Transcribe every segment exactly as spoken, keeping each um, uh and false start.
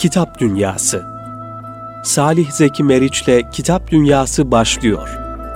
Kitap Dünyası. Salih Zeki Meriç'le Kitap Dünyası başlıyor.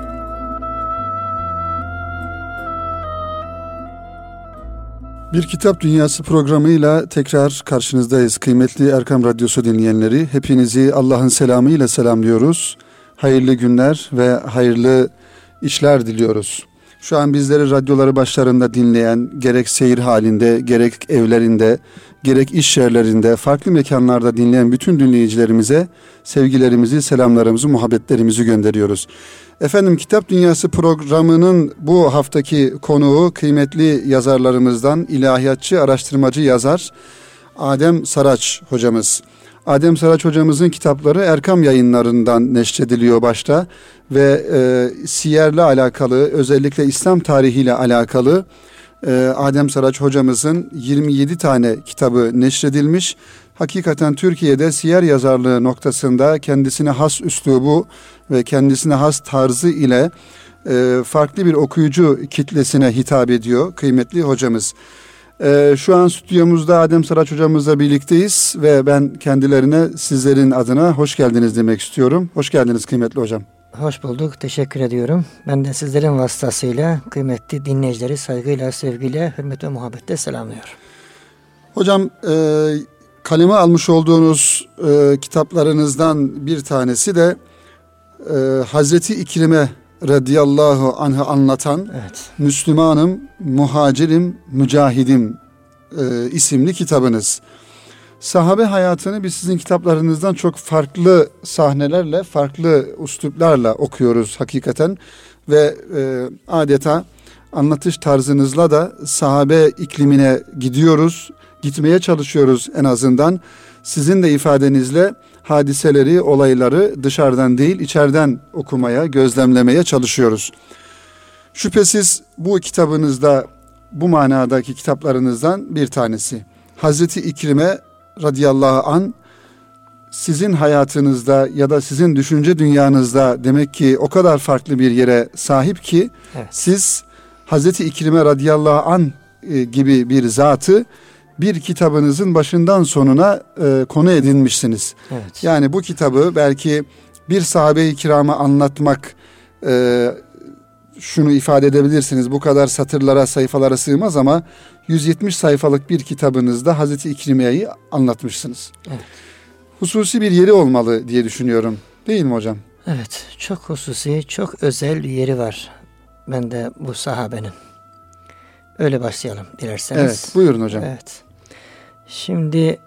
Bir Kitap Dünyası programıyla tekrar karşınızdayız. Kıymetli Erkam Radyosu dinleyenleri, hepinizi Allah'ın selamıyla selamlıyoruz. Hayırlı günler ve hayırlı işler diliyoruz. Şu an bizleri radyoları başlarında dinleyen, gerek seyir halinde, gerek evlerinde, gerek iş yerlerinde, farklı mekanlarda dinleyen bütün dinleyicilerimize sevgilerimizi, selamlarımızı, muhabbetlerimizi gönderiyoruz. Efendim, Kitap Dünyası programının bu haftaki konuğu kıymetli yazarlarımızdan ilahiyatçı, araştırmacı yazar Adem Saraç hocamız. Adem Saraç hocamızın kitapları Erkam Yayınları'ndan neşrediliyor başta ve e, siyerle alakalı, özellikle İslam tarihiyle alakalı e, Adem Saraç hocamızın yirmi yedi tane kitabı neşredilmiş. Hakikaten Türkiye'de siyer yazarlığı noktasında kendisine has üslubu ve kendisine has tarzı ile e, farklı bir okuyucu kitlesine hitap ediyor kıymetli hocamız. Ee, şu an stüdyomuzda Adem Saraç hocamızla birlikteyiz ve ben kendilerine sizlerin adına hoş geldiniz demek istiyorum. Hoş geldiniz kıymetli hocam. Hoş bulduk, teşekkür ediyorum. Ben de sizlerin vasıtasıyla kıymetli dinleyicileri saygıyla, sevgiyle, hürmet ve muhabbetle selamlıyorum. Hocam, e, kaleme almış olduğunuz e, kitaplarınızdan bir tanesi de e, Hazreti İkrim'e radıyallahu anh'ı anlatan evet. Müslümanım, muhacirim, mücahidim e, isimli kitabınız. Sahabe hayatını biz sizin kitaplarınızdan çok farklı sahnelerle, farklı üsluplarla okuyoruz hakikaten ve e, adeta anlatış tarzınızla da sahabe iklimine gidiyoruz, gitmeye çalışıyoruz en azından. Sizin de ifadenizle hadiseleri, olayları dışarıdan değil içeriden okumaya, gözlemlemeye çalışıyoruz. Şüphesiz bu kitabınızda, bu manadaki kitaplarınızdan bir tanesi. Hazreti İkrim'e radıyallahu anh sizin hayatınızda ya da sizin düşünce dünyanızda demek ki o kadar farklı bir yere sahip ki evet. Siz Hazreti İkrim'e radıyallahu anh gibi bir zatı bir kitabınızın başından sonuna e, konu edinmişsiniz. Evet. Yani bu kitabı belki bir sahabe-i kirama anlatmak, e, şunu ifade edebilirsiniz, bu kadar satırlara, sayfalara sığmaz ama yüz yetmiş sayfalık bir kitabınızda Hazreti İkrime'yi anlatmışsınız. Evet. Hususi bir yeri olmalı diye düşünüyorum. Değil mi hocam? Evet, çok hususi, çok özel bir yeri var bende bu sahabenin. Öyle başlayalım dilerseniz. Evet, buyurun hocam. Evet. Şimdi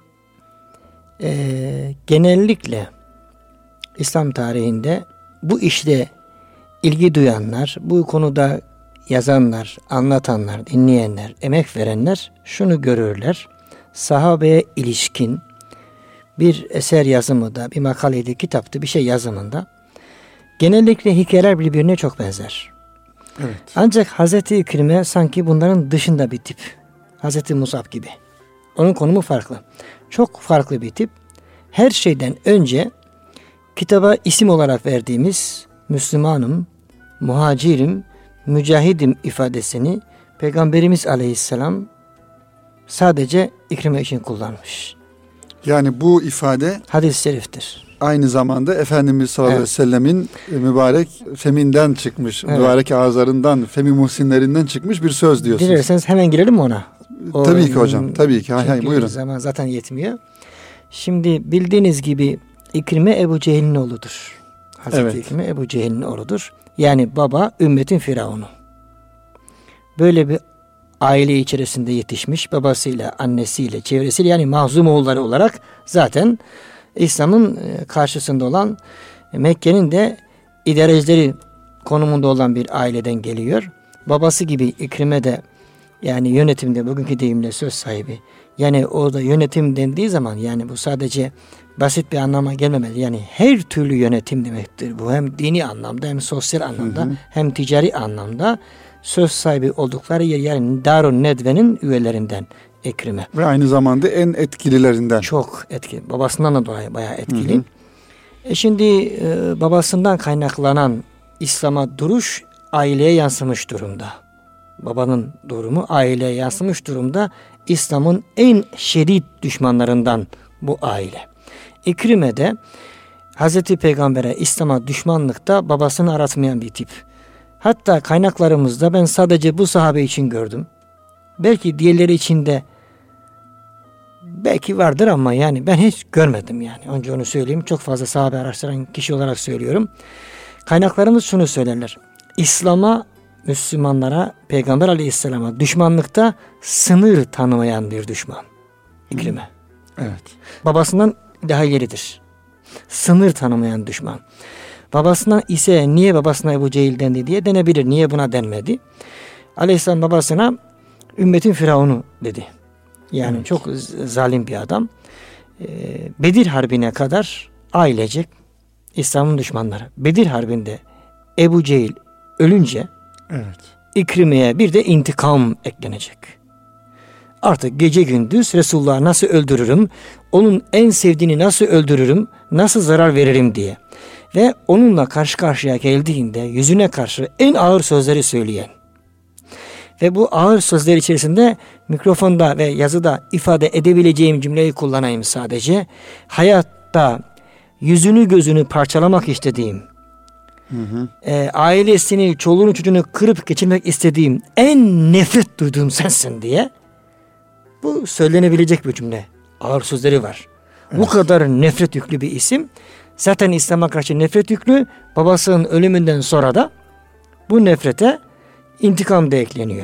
e, genellikle İslam tarihinde bu işte ilgi duyanlar, bu konuda yazanlar, anlatanlar, dinleyenler, emek verenler şunu görürler. Sahabeye ilişkin bir eser yazımında, bir makaleydi, kitaptı, bir şey yazımında genellikle hikayeler birbirine çok benzer. Evet. Ancak Hazreti İkrim'e sanki bunların dışında bir tip. Hazreti Musab gibi. Onun konumu farklı. Çok farklı bir tip. Her şeyden önce kitaba isim olarak verdiğimiz Müslümanım, muhacirim, mücahidim ifadesini Peygamberimiz Aleyhisselam sadece İkrim'e için kullanmış. Yani bu ifade hadis-i şeriftir. Aynı zamanda Efendimiz sallallahu evet. aleyhi ve sellemin mübarek feminden çıkmış, evet. mübarek ağızlarından, femi muhsinlerinden çıkmış bir söz diyorsunuz. Dilerseniz hemen girelim mi ona? O, tabii ki hocam, tabii ki. Hay, buyurun. Zaman zaten yetmiyor. Şimdi bildiğiniz gibi İkrime Ebu Cehil'in oğludur. Hazreti evet. İkrime Ebu Cehil'in oğludur. Yani baba ümmetin firavunu. Böyle bir aile içerisinde yetişmiş, babasıyla, annesiyle, çevresiyle, yani Mahzum oğulları olarak zaten İslam'ın karşısında olan, Mekke'nin de idarecileri konumunda olan bir aileden geliyor. Babası gibi İkrime de, yani yönetimde, bugünkü deyimle söz sahibi. Yani orada yönetim dendiği zaman, yani bu sadece basit bir anlama gelmemeli. Yani her türlü yönetim demektir. Bu hem dini anlamda, hem sosyal anlamda, hı hı. hem ticari anlamda söz sahibi oldukları yer, yani Darun Nedve'nin üyelerinden İkrime. Ve aynı zamanda en etkililerinden. Çok etkili. Babasından da dolayı bayağı etkili. Hı hı. E şimdi e, babasından kaynaklanan İslam'a duruş aileye yansımış durumda. Babanın durumu aileye yansımış durumda. İslam'ın en şiddet düşmanlarından bu aile. İkrime de Hazreti Peygamber'e, İslam'a düşmanlıkta babasını aratmayan bir tip. Hatta kaynaklarımızda ben sadece bu sahabe için gördüm. Belki diğerleri için de belki vardır ama yani ben hiç görmedim yani. Önce onu söyleyeyim. Çok fazla sahabe araştıran kişi olarak söylüyorum. Kaynaklarımız şunu söylerler. İslam'a, Müslümanlara, Peygamber Aleyhisselam'a düşmanlıkta sınır tanımayan bir düşman. İkrime. Evet. Babasından daha ileridir. Sınır tanımayan düşman. Babasına ise niye babasına Ebu Cehil dendi diye denebilir. Niye buna denmedi? Aleyhisselam babasına ümmetin firavunu dedi. Yani evet. Çok zalim bir adam. Ee, Bedir Harbi'ne kadar ailecek İslam'ın düşmanları. Bedir Harbi'nde Ebu Cehil ölünce evet. İkrime'ye bir de intikam eklenecek. Artık gece gündüz Resulullah'ı nasıl öldürürüm, onun en sevdiğini nasıl öldürürüm, nasıl zarar veririm diye. Ve onunla karşı karşıya geldiğinde yüzüne karşı en ağır sözleri söyleyen ve bu ağır sözler içerisinde mikrofonda ve yazıda ifade edebileceğim cümleyi kullanayım sadece. Hayatta yüzünü gözünü parçalamak istediğim, hı hı. E, ailesini, çoluğunu çocuğunu kırıp geçirmek istediğim, en nefret duyduğum sensin diye bu söylenebilecek bir cümle. Ağır sözleri var. Evet. Bu kadar nefret yüklü bir isim. Zaten İslam'a karşı nefret yüklü. Babasının ölümünden sonra da bu nefrete intikam da ekleniyor.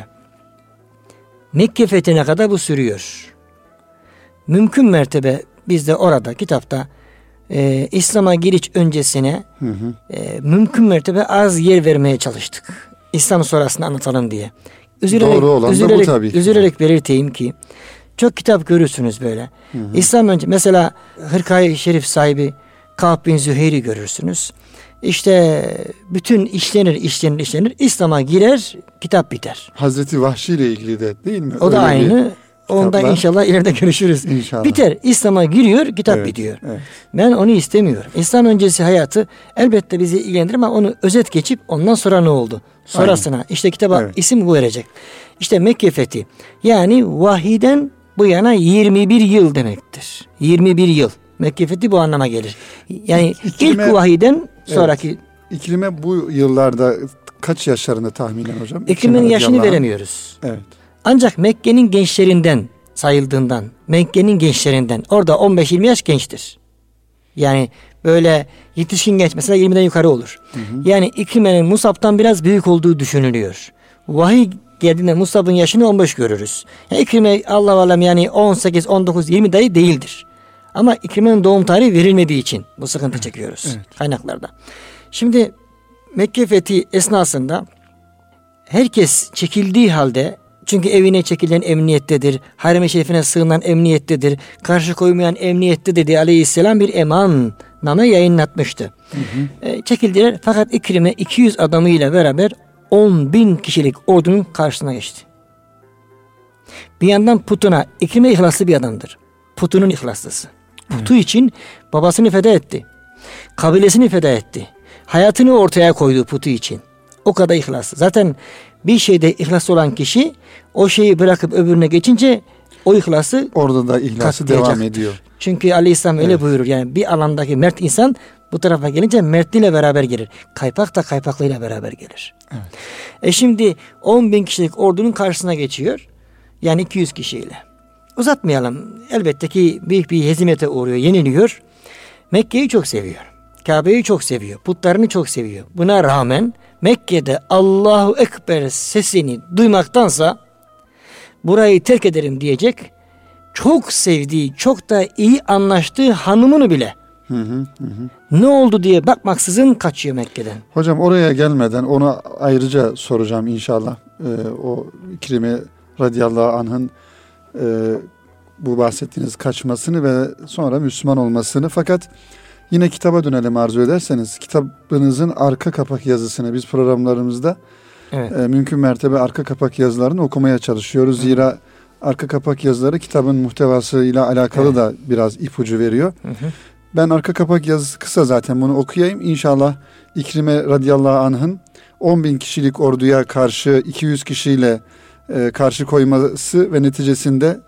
Mekke fethine kadar bu sürüyor. Mümkün mertebe biz de orada kitapta e, İslam'a giriş öncesine hı hı. E, mümkün mertebe az yer vermeye çalıştık. İslam sonrasını anlatalım diye. Üzülerek, Doğru olan üzülerek, da bu tabii ki. Üzülerek belirteyim ki çok kitap görürsünüz böyle. Hı hı. İslam önce mesela Hırkayı Şerif sahibi Ka'b bin Züheyr'i görürsünüz. İşte bütün işlenir işlenir işlenir. İslam'a girer, kitap biter. Hazreti Vahşi ile ilgili de değil mi? O da öyle aynı. Onda inşallah ileride görüşürüz. İnşallah. Biter. İslam'a giriyor, kitap evet, bitiyor. Evet. Ben onu istemiyorum. İslam öncesi hayatı elbette bizi ilgilendirir ama onu özet geçip ondan sonra ne oldu? Sonrasına aynen. işte kitaba evet. isim bu verecek. İşte Mekke fethi. Yani vahiden bu yana yirmi bir yıl demektir. yirmi bir yıl. Mekke fethi bu anlama gelir. Yani İklime, ilk vahiden sonraki. Evet. İkrime bu yıllarda kaç yaşlarında tahminen hocam? İkrime'nin yaşını veremiyoruz. Evet. Ancak Mekke'nin gençlerinden sayıldığından, Mekke'nin gençlerinden orada on beş yirmi yaş gençtir. Yani böyle yetişkin genç mesela yirmiden yukarı olur. Hı hı. Yani İkrime'nin Musab'tan biraz büyük olduğu düşünülüyor. Vahiy geldiğinde Musab'ın yaşını on beş görürüz. Yani İkrime Allah-u Alem yani on sekiz, on dokuz, yirmi dahi değildir. Ama İkrime'nin doğum tarihi verilmediği için bu sıkıntı çekiyoruz evet. kaynaklarda. Şimdi Mekke fethi esnasında herkes çekildiği halde, çünkü evine çekilen emniyettedir, harem-i şerifine sığınan emniyettedir, karşı koymayan emniyettedir diye Aleyhisselam bir emanname yayınlatmıştı. Hı hı. E, çekildiler fakat İkrime iki yüz adamıyla beraber on bin kişilik ordunun karşısına geçti. Bir yandan putuna, İkrime ihlaslı bir adamdır. Putunun ihlaslısı. Putu evet. için babasını feda etti. Kabilesini feda etti. Hayatını ortaya koydu putu için. O kadar ihlaslı. Zaten bir şeyde ihlaslı olan kişi o şeyi bırakıp öbürüne geçince o ihlası orada da ihlası devam ediyor. Çünkü Aleyhisselam öyle evet. buyurur. Yani bir alandaki mert insan bu tarafa gelince mertliğiyle beraber gelir. Kaypak da kaypaklığıyla beraber gelir. Evet. E şimdi on bin kişilik ordunun karşısına geçiyor. Yani iki yüz kişiyle. Uzatmayalım. Elbette ki büyük bir hezimete uğruyor, yeniliyor. Mekke'yi çok seviyor. Kabe'yi çok seviyor. Putlarını çok seviyor. Buna rağmen Mekke'de Allahu Ekber sesini duymaktansa burayı terk ederim diyecek çok sevdiği, çok da iyi anlaştığı hanımını bile hı hı, hı. ne oldu diye bakmaksızın kaçıyor Mekke'den. Hocam oraya gelmeden onu ayrıca soracağım inşallah. Ee, o İkrime radıyallahu anh'ın e, bu bahsettiğiniz kaçmasını ve sonra Müslüman olmasını. Fakat yine kitaba dönelim arzu ederseniz. Kitabınızın arka kapak yazısını biz programlarımızda evet. e, mümkün mertebe arka kapak yazılarını okumaya çalışıyoruz. Hı. Zira arka kapak yazıları kitabın muhtevasıyla alakalı evet. da biraz ipucu veriyor. Hı hı. Ben arka kapak yazısı kısa zaten bunu okuyayım. İnşallah İkrime radıyallahu anh'ın on bin kişilik orduya karşı iki yüz kişiyle e, karşı koyması ve neticesinde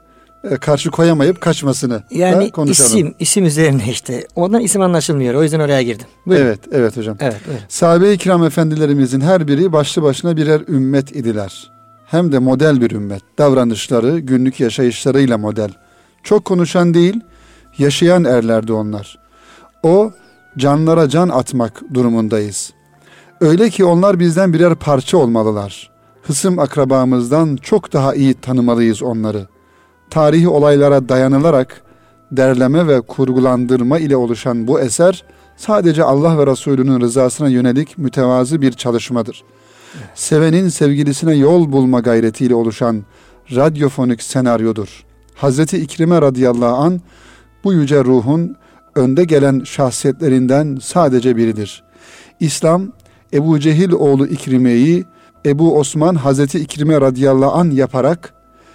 karşı koyamayıp kaçmasını yani konuşalım. isim, isim üzerine işte. Ondan isim anlaşılmıyor. O yüzden oraya girdim. Buyurun. Evet, evet hocam. Evet, buyurun. Sahabe-i kiram efendilerimizin her biri başlı başına birer ümmet idiler. Hem de model bir ümmet. Davranışları, günlük yaşayışlarıyla model. Çok konuşan değil, yaşayan erlerdi onlar. O, canlara can atmak durumundayız. Öyle ki onlar bizden birer parça olmalılar. Hısım akrabamızdan çok daha iyi tanımalıyız onları. Tarihi olaylara dayanılarak derleme ve kurgulandırma ile oluşan bu eser sadece Allah ve Resulünün rızasına yönelik mütevazı bir çalışmadır. Evet. Sevenin sevgilisine yol bulma gayretiyle oluşan radyofonik senaryodur. Hazreti İkrime radıyallahu an bu yüce ruhun önde gelen şahsiyetlerinden sadece biridir. İslam Ebu Cehil oğlu İkrime'yi Ebu Osman Hazreti İkrime radıyallahu an yaparak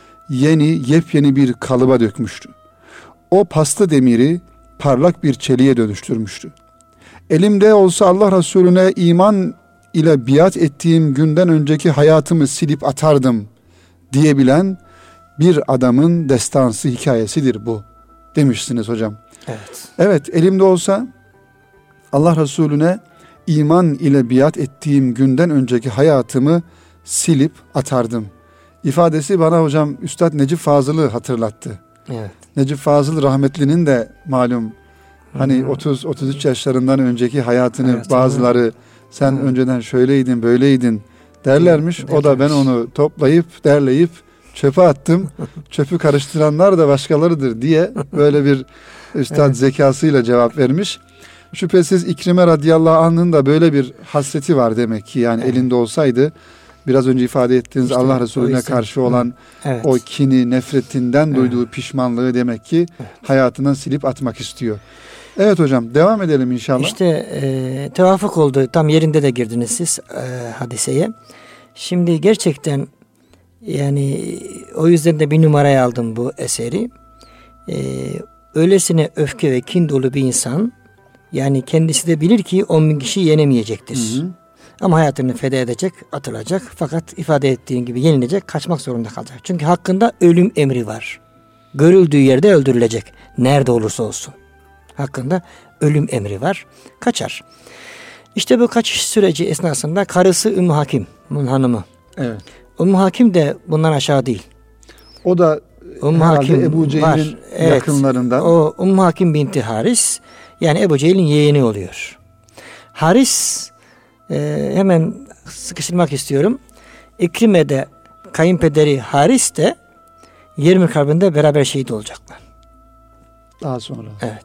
yeni yepyeni bir kalıba dökmüştü. O paslı demiri parlak bir çeliğe dönüştürmüştü. Elimde olsa Allah Resulüne iman ile biat ettiğim günden önceki hayatımı silip atardım diyebilen bir adamın destansı hikayesidir bu demişsiniz hocam. Evet. Evet, elimde olsa Allah Resulüne iman ile biat ettiğim günden önceki hayatımı silip atardım. İfadesi bana hocam Üstad Necip Fazıl'ı hatırlattı. Evet. Necip Fazıl rahmetlinin de malum hani otuz otuz üç yaşlarından önceki hayatını evet, bazıları sen Hı. önceden şöyleydin böyleydin derlermiş. Evet, o da ben onu toplayıp derleyip çöpe attım. Çöpü karıştıranlar da başkalarıdır diye böyle bir üstad evet. zekasıyla cevap vermiş. Şüphesiz İkrime radıyallahu anh'ın da böyle bir hasreti var demek ki. Yani evet. elinde olsaydı biraz önce ifade ettiğiniz işte, Allah Resulüne karşı olan evet. o kini, nefretinden evet. duyduğu pişmanlığı demek ki evet. hayatından silip atmak istiyor. Evet hocam, devam edelim inşallah. İşte e, tevafuk oldu. Tam yerinde de girdiniz siz e, hadiseye. Şimdi gerçekten yani o yüzden de bir numaraya aldım bu eseri. E, öylesine öfke ve kin dolu bir insan, yani kendisi de bilir ki on bin kişi yenemeyecektir. Hı hı. Ama hayatını feda edecek, atılacak. Fakat ifade ettiğin gibi yenilecek, kaçmak zorunda kalacak. Çünkü hakkında ölüm emri var. Görüldüğü yerde öldürülecek. Nerede olursa olsun. Hakkında ölüm emri var. Kaçar. İşte bu kaçış süreci esnasında karısı Ümmü Hakim'in hanımı. Evet. Ümmü Hakim de bundan aşağı değil. O da Ümmü Hakim Ebu Cehil'in evet. yakınlarından. O Ümmü Hakim binti Haris, yani Ebu Cehil'in yeğeni oluyor. Haris e, hemen sıkıştırmak istiyorum. İkrime'de kayınpederi Haris de Yermük Harbi'nde beraber şehit olacaklar. Daha sonra. Evet.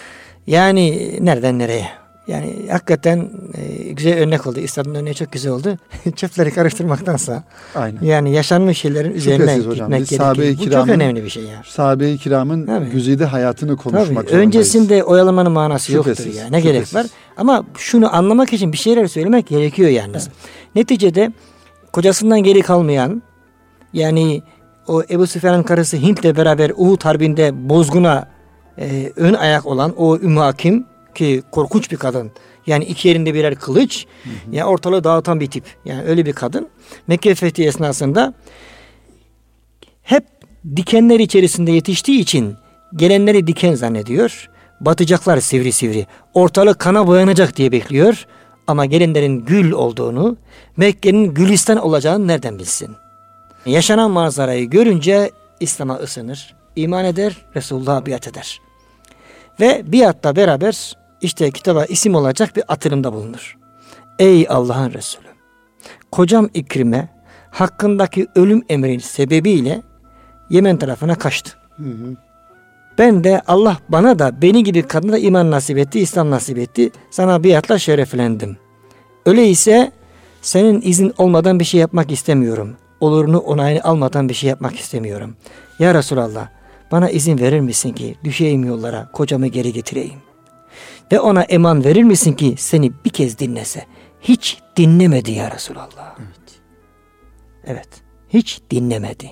Yani nereden nereye? Yani hakikaten e, güzel örnek oldu. İslam'ın örneği çok güzel oldu. Çöpleri karıştırmaktansa. Aynen. Yani yaşanmış şeylerin üzerine gitmek gerekiyor. Bu çok önemli bir şey ya. Sahabe-i kiramın Tabii. güzide hayatını konuşmak Tabii. zorundayız. Öncesinde oyalamanın manası şüphesiz, yoktur ya. Ne şüphesiz. gerek var? Ama şunu anlamak için bir şeyler söylemek gerekiyor yalnız. Evet. Neticede kocasından geri kalmayan, yani o Ebu Süfyan'ın karısı Hint'le beraber Uhud Harbi'nde bozguna e, ön ayak olan o Ümmü Hakim, ki korkunç bir kadın. Yani iki yerinde birer kılıç. Hı hı. Yani ortalığı dağıtan bir tip. Yani öyle bir kadın. Mekke fethi esnasında hep dikenler içerisinde yetiştiği için gelenleri diken zannediyor. Batacaklar sivri sivri. Ortalık kana boyanacak diye bekliyor. Ama gelenlerin gül olduğunu, Mekke'nin gülistan olacağını nereden bilsin? Yaşanan manzarayı görünce İslam'a ısınır, iman eder, Resulullah'a biat eder. Ve biatla beraber işte kitaba isim olacak bir atırımda bulunur. Ey Allah'ın Resulü! Kocam İkrime hakkındaki ölüm emrinin sebebiyle Yemen tarafına kaçtı. Hı hı. Ben de Allah bana da beni gibi kadına iman nasip etti, İslam nasip etti. Sana biatla şereflendim. Öyleyse senin izin olmadan bir şey yapmak istemiyorum. Olurunu onayını almadan bir şey yapmak istemiyorum. Ya Resulallah, bana izin verir misin ki düşeyim yollara, kocamı geri getireyim? Ve ona eman verir misin ki seni bir kez dinlese? Hiç dinlemedi ya Resulallah. Evet. Evet. Hiç dinlemedi.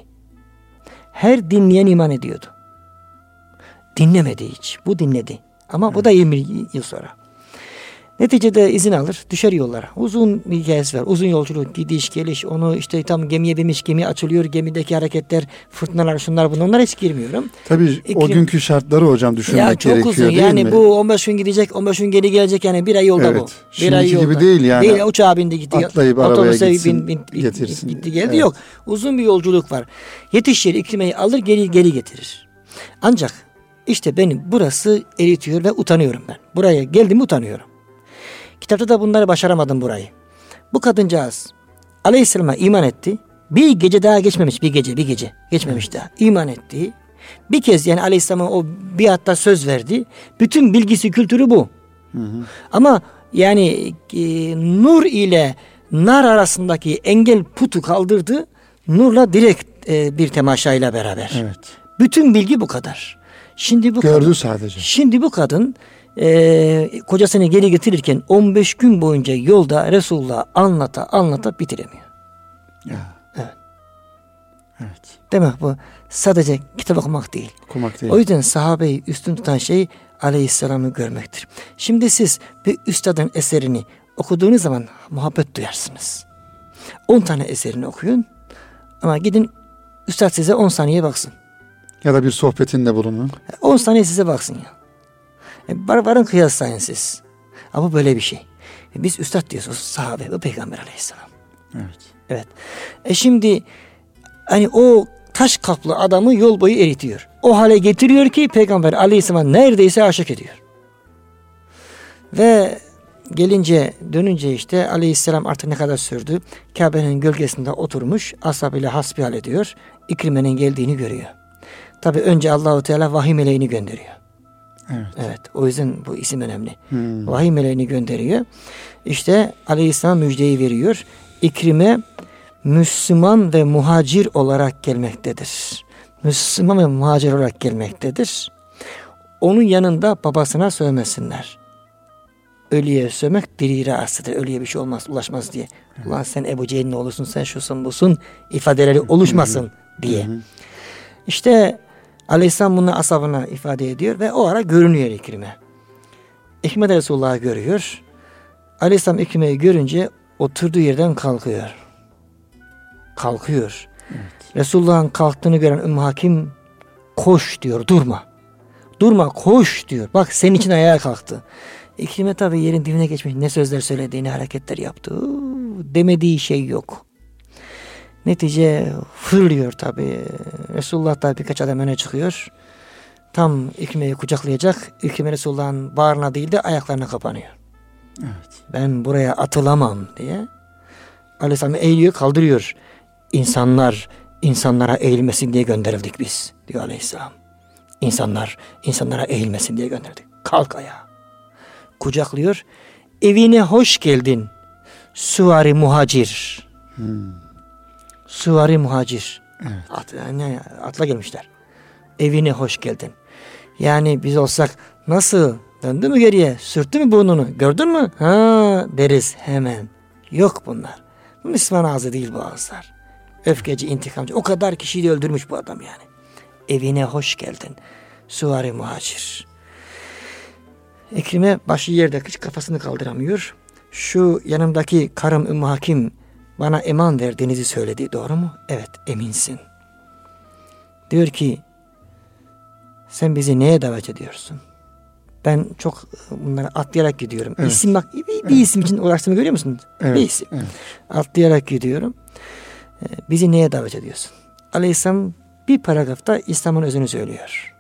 Her dinleyen iman ediyordu. Dinlemedi hiç. Bu dinledi. Ama evet. bu da yirmi yıl sonra. Neticede izin alır, düşer yollara. Uzun bir hikayesi var. Uzun yolculuk, gidiş, geliş, onu işte tam gemiye binmiş, gemi açılıyor, gemideki hareketler, fırtınalar, şunlar bunlar, onlara hiç girmiyorum. Tabii İklim, o günkü şartları hocam düşünmek ya çok gerekiyor uzun. değil yani mi? bu on beş gün gidecek, on beş gün geri gelecek, yani bir ay yolda evet. bu. Bir Şimdiki ay yolda. gibi değil yani. Değil, uçağa bindi gitti. Atlayıp arabaya otobüse gitsin, bin, bin, getirsin. Gitti geldi, evet. yok. Uzun bir yolculuk var. Yetişir, İkrime'yi alır, geri geri getirir. Ancak işte beni burası eritiyor ve utanıyorum ben. Buraya geldim, utanıyorum. Kitapta da bunları başaramadım burayı. Bu kadıncağız Aleyhisselam'a iman etti. Bir gece daha geçmemiş, bir gece, bir gece geçmemiş evet. daha. İman etti. Bir kez yani Aleyhisselam'a o biatta söz verdi. Bütün bilgisi, kültürü bu. Hı hı. Ama yani e, nur ile nar arasındaki engel putu kaldırdı. Nurla direkt e, bir temaşayla beraber. Evet. Bütün bilgi bu kadar. Şimdi bu gördü kadın, sadece. Şimdi bu kadın e, kocasını geri getirirken on beş gün boyunca yolda Resulullah anlata anlata bitiremiyor. Ya. Evet. Evet. Demek bu sadece kitap okumak değil. Okumak değil. O yüzden sahabeyi üstün tutan şey Aleyhisselam'ı görmektir. Şimdi siz bir üstadın eserini okuduğunuz zaman muhabbet duyarsınız. on tane eserini okuyun ama gidin üstad size on saniye baksın. Ya da bir sohbetinde bulunun. on saniye size baksın ya. E, var, varın kıyaslayın siz. Ama böyle bir şey. E, biz üstad diyoruz, sahabe ve Peygamber Aleyhisselam. Evet. Evet. E şimdi hani o taş kaplı adamı yol boyu eritiyor. O hale getiriyor ki Peygamber Aleyhisselam neredeyse aşık ediyor. Ve gelince dönünce işte Aleyhisselam artık ne kadar sürdü? Kabe'nin gölgesinde oturmuş ashabıyla hasbihal ediyor. İkrime'nin geldiğini görüyor. Tabi önce Allahu Teala vahiy meleğini gönderiyor. Evet. Evet. O yüzden bu isim önemli. Hmm. Vahiy meleğini gönderiyor. İşte Aleyhisselam müjdeyi veriyor. İkrime Müslüman ve muhacir olarak gelmektedir. Müslüman ve muhacir olarak gelmektedir. Onun yanında babasına sövmesinler. Ölüye sövmek diri rahatsızdır. Ölüye bir şey olmaz, ulaşmaz diye. Evet. Ulan sen Ebu Cehil'in oğlusun, sen şusun busun ifadeleri oluşmasın diye. İşte Aleyhisselam bunu ashabına ifade ediyor ve o ara görünüyor İkrime. İkrime de Resulullah'ı görüyor. Aleyhisselam İkrime'yi görünce oturduğu yerden kalkıyor. Kalkıyor. Evet. Resulullah'ın kalktığını gören Ümmü Hakim koş diyor, durma. Durma, koş diyor. Bak senin için ayağa kalktı. İkrime tabi yerin dibine geçmiş, ne sözler söylediğini, hareketler yaptı. Demediği şey yok. Netice fırlıyor tabi. Resulullah da birkaç adım öne çıkıyor. Tam İkrime'yi kucaklayacak. İkrime Resulullah'ın bağrına değil de ayaklarına kapanıyor. Evet. Ben buraya atılamam diye. Aleyhisselam eğiliyor, kaldırıyor. İnsanlar insanlara eğilmesin diye gönderildik biz, diyor Aleyhisselam. İnsanlar insanlara eğilmesin diye gönderdik. Kalk ayağa. Kucaklıyor. Evine hoş geldin. Suvari muhacir. Hmm. Suvari muhacir. Evet. At, yani atla gelmişler. Evine hoş geldin. Yani biz olsak nasıl? Döndü mü geriye? Sürttü mü burnunu? Gördün mü? Ha deriz hemen. Yok bunlar. Müslüman ağzı değil bu ağızlar. Öfkeci, intikamcı. O kadar kişiyi de öldürmüş bu adam yani. Evine hoş geldin. Suvari muhacir. İkrime başı yerde, hiç kafasını kaldıramıyor. Şu yanımdaki karım Ümmü Hakim bana eman verdiğinizi söyledi. Doğru mu? Evet, eminsin. Diyor ki sen bizi neye davet ediyorsun? Ben çok bunları atlayarak gidiyorum. Evet. İsim bak, bir, bir evet. isim için uğraştığımı görüyor musun? Evet. Bir isim. Evet. Atlayarak gidiyorum. Ee, bizi neye davet ediyorsun? Aleyhisselam bir paragrafta İslam'ın özünü söylüyor.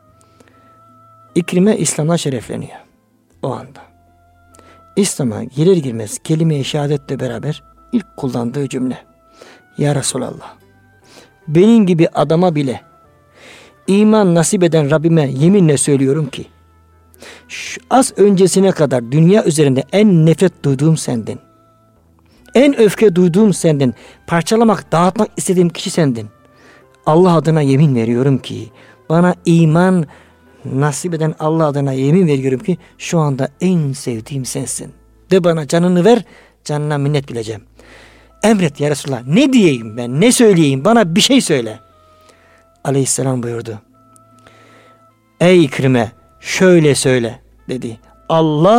İkrime İslam'la şerefleniyor. O anda. İslam'a girer girmez kelime-i şehadetle beraber ilk kullandığı cümle. Ya Resulallah, benim gibi adama bile iman nasip eden Rabbime yeminle söylüyorum ki şu az öncesine kadar dünya üzerinde en nefret duyduğum sendin. En öfke duyduğum sendin. Parçalamak, dağıtmak istediğim kişi sendin. Allah adına yemin veriyorum ki bana iman nasip eden Allah adına yemin veriyorum ki şu anda en sevdiğim sensin. De bana canını ver, canına minnet bileceğim. Emret ya Resulallah. Ne diyeyim ben, ne söyleyeyim, bana bir şey söyle. Aleyhisselam buyurdu. Ey İkrime, şöyle söyle dedi. Allah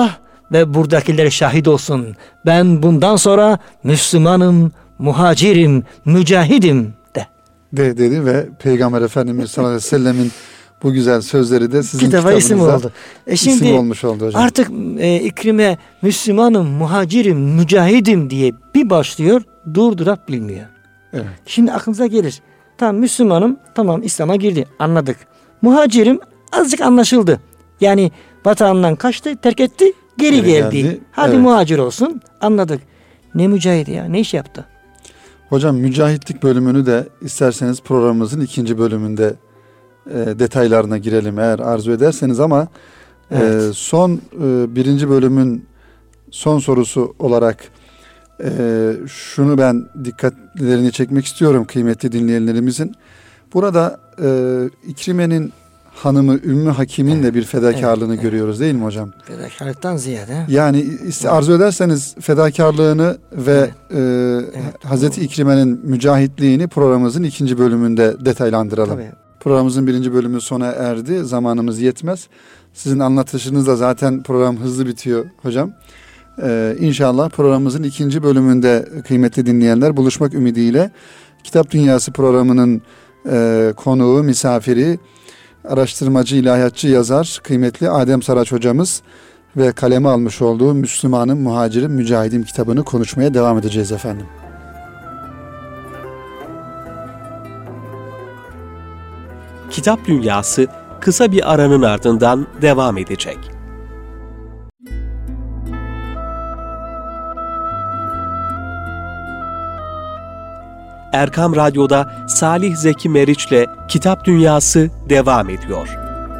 ve buradakiler şahit olsun. Ben bundan sonra Müslümanım, muhacirim, mücahidim de. De dedi ve Peygamber Efendimiz sallallahu aleyhi ve sellemin bu güzel sözleri de sizin kitaba isim oldu. E şimdi isim olmuş oldu hocam. Artık e, İkrim'e Müslümanım, muhacirim, mücahidim diye bir başlıyor, durdurak bilmiyor. Evet. Şimdi aklınıza gelir. Tamam Müslümanım, tamam İslam'a girdi, anladık. Muhacirim azıcık anlaşıldı. Yani vatanından kaçtı, terk etti, geri, geri geldi. geldi. Hadi evet. Muhacir olsun, anladık. Ne mücahidi ya, ne iş yaptı? Hocam mücahitlik bölümünü de isterseniz programımızın ikinci bölümünde e, detaylarına girelim eğer arzu ederseniz ama evet. e, son e, birinci bölümün son sorusu olarak e, şunu ben dikkatlerini çekmek istiyorum kıymetli dinleyenlerimizin. Burada e, İkrime'nin hanımı Ümmü Hakim'in evet. de bir fedakarlığını evet, görüyoruz değil mi hocam? Fedakarlıktan ziyade. Yani arzu ederseniz fedakarlığını ve evet. E, evet, Hazreti İkrime'nin mücahitliğini programımızın ikinci bölümünde detaylandıralım. Tabii. Programımızın birinci bölümü sona erdi. Zamanımız yetmez. Sizin anlatışınızda zaten program hızlı bitiyor hocam. Ee, İnşallah programımızın ikinci bölümünde kıymetli dinleyenler buluşmak ümidiyle Kitap Dünyası programının e, konuğu, misafiri, araştırmacı, ilahiyatçı, yazar kıymetli Adem Saraç hocamız ve kaleme almış olduğu Müslümanım, Muhacirim, Mücahidim kitabını konuşmaya devam edeceğiz efendim. Kitap Dünyası kısa bir aranın ardından devam edecek. Erkam Radyo'da Salih Zeki Meriç'le Kitap Dünyası devam ediyor.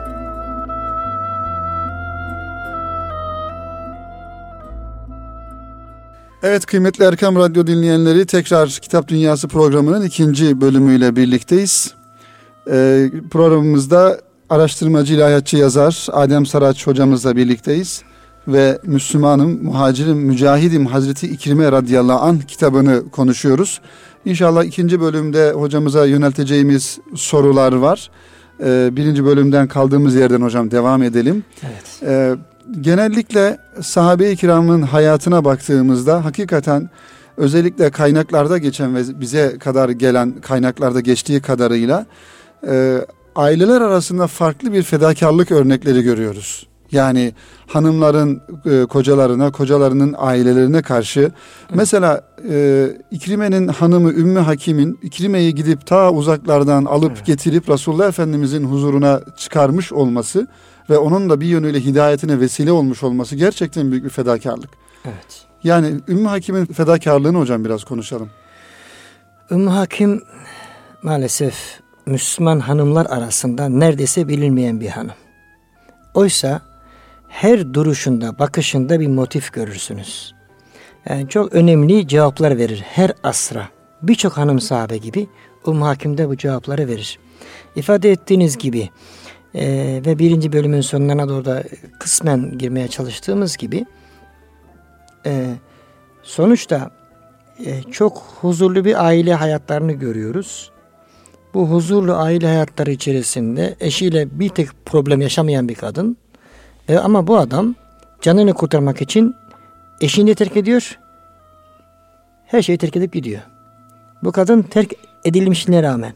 Evet kıymetli Erkam Radyo dinleyenleri, tekrar Kitap Dünyası programının ikinci bölümüyle birlikteyiz. Ee, programımızda araştırmacı, ilahiyatçı, yazar Adem Saraç hocamızla birlikteyiz ve Müslümanım, Muhacirim, Mücahidim Hazreti İkrime radıyallahu anh kitabını konuşuyoruz. İnşallah ikinci bölümde hocamıza yönelteceğimiz sorular var. Ee, birinci bölümden kaldığımız yerden hocam devam edelim. Evet. Ee, genellikle sahabe-i kiramın hayatına baktığımızda hakikaten özellikle kaynaklarda geçen ve bize kadar gelen kaynaklarda geçtiği kadarıyla e, aileler arasında farklı bir fedakarlık örnekleri görüyoruz. Yani hanımların e, kocalarına, kocalarının ailelerine karşı. Hı. Mesela e, İkrime'nin hanımı Ümmü Hakim'in İkrime'yi gidip ta uzaklardan alıp evet. getirip Resulullah Efendimizin huzuruna çıkarmış olması ve onun da bir yönüyle hidayetine vesile olmuş olması gerçekten büyük bir fedakarlık. Evet. Yani Ümmü Hakim'in fedakarlığını hocam biraz konuşalım. Ümmü Hakim maalesef Müslüman hanımlar arasında neredeyse bilinmeyen bir hanım. Oysa her duruşunda, bakışında bir motif görürsünüz. Yani çok önemli cevaplar verir her asra. Birçok hanım sahabe gibi Ümmü Hakim de bu cevapları verir. İfade ettiğiniz gibi e, ve birinci bölümün sonlarına doğru da kısmen girmeye çalıştığımız gibi e, sonuçta e, çok huzurlu bir aile hayatlarını görüyoruz. Bu huzurlu aile hayatları içerisinde eşiyle bir tek problem yaşamayan bir kadın. E ama bu adam canını kurtarmak için eşini de terk ediyor. Her şeyi terk edip gidiyor. Bu kadın terk edilmişliğine rağmen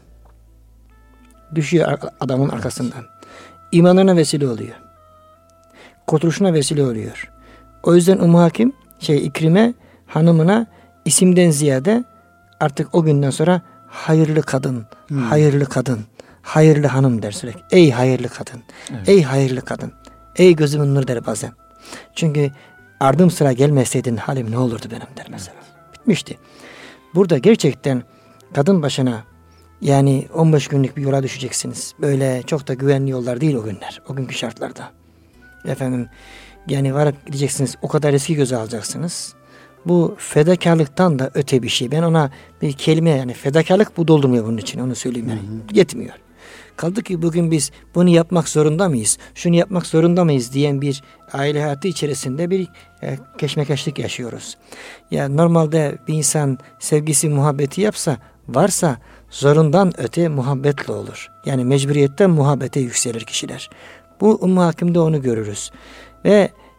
düşüyor adamın arkasından. İmanına vesile oluyor. Kurtuluşuna vesile oluyor. O yüzden Ümmü Hakim şey İkrime hanımına isimden ziyade artık o günden sonra hayırlı kadın, hmm. hayırlı kadın, hayırlı hanım der sürekli. Ey hayırlı kadın, evet. ey hayırlı kadın, ey gözümün nur der bazen. Çünkü ardım sıra gelmeseydin halim ne olurdu benim der mesela. Evet. Bitmişti. Burada gerçekten kadın başına yani on beş günlük bir yola düşeceksiniz. Böyle çok da güvenli yollar değil o günler, o günkü şartlarda. Efendim yani varıp gideceksiniz, o kadar riski göze alacaksınız. Bu fedakarlıktan da öte bir şey. Ben ona bir kelime yani fedakarlık bu doldurmuyor bunun için. Onu söyleyeyim yani. Hı hı. Yetmiyor. Kaldı ki bugün biz bunu yapmak zorunda mıyız? Şunu yapmak zorunda mıyız diyen bir aile hayatı içerisinde bir e, keşmekeşlik yaşıyoruz. Ya normalde bir insan sevgisi, muhabbeti yapsa, varsa zorundan öte muhabbetle olur. Yani mecburiyetten muhabbete yükselir kişiler. Bu Ümmü Hakim'de onu görürüz. Ve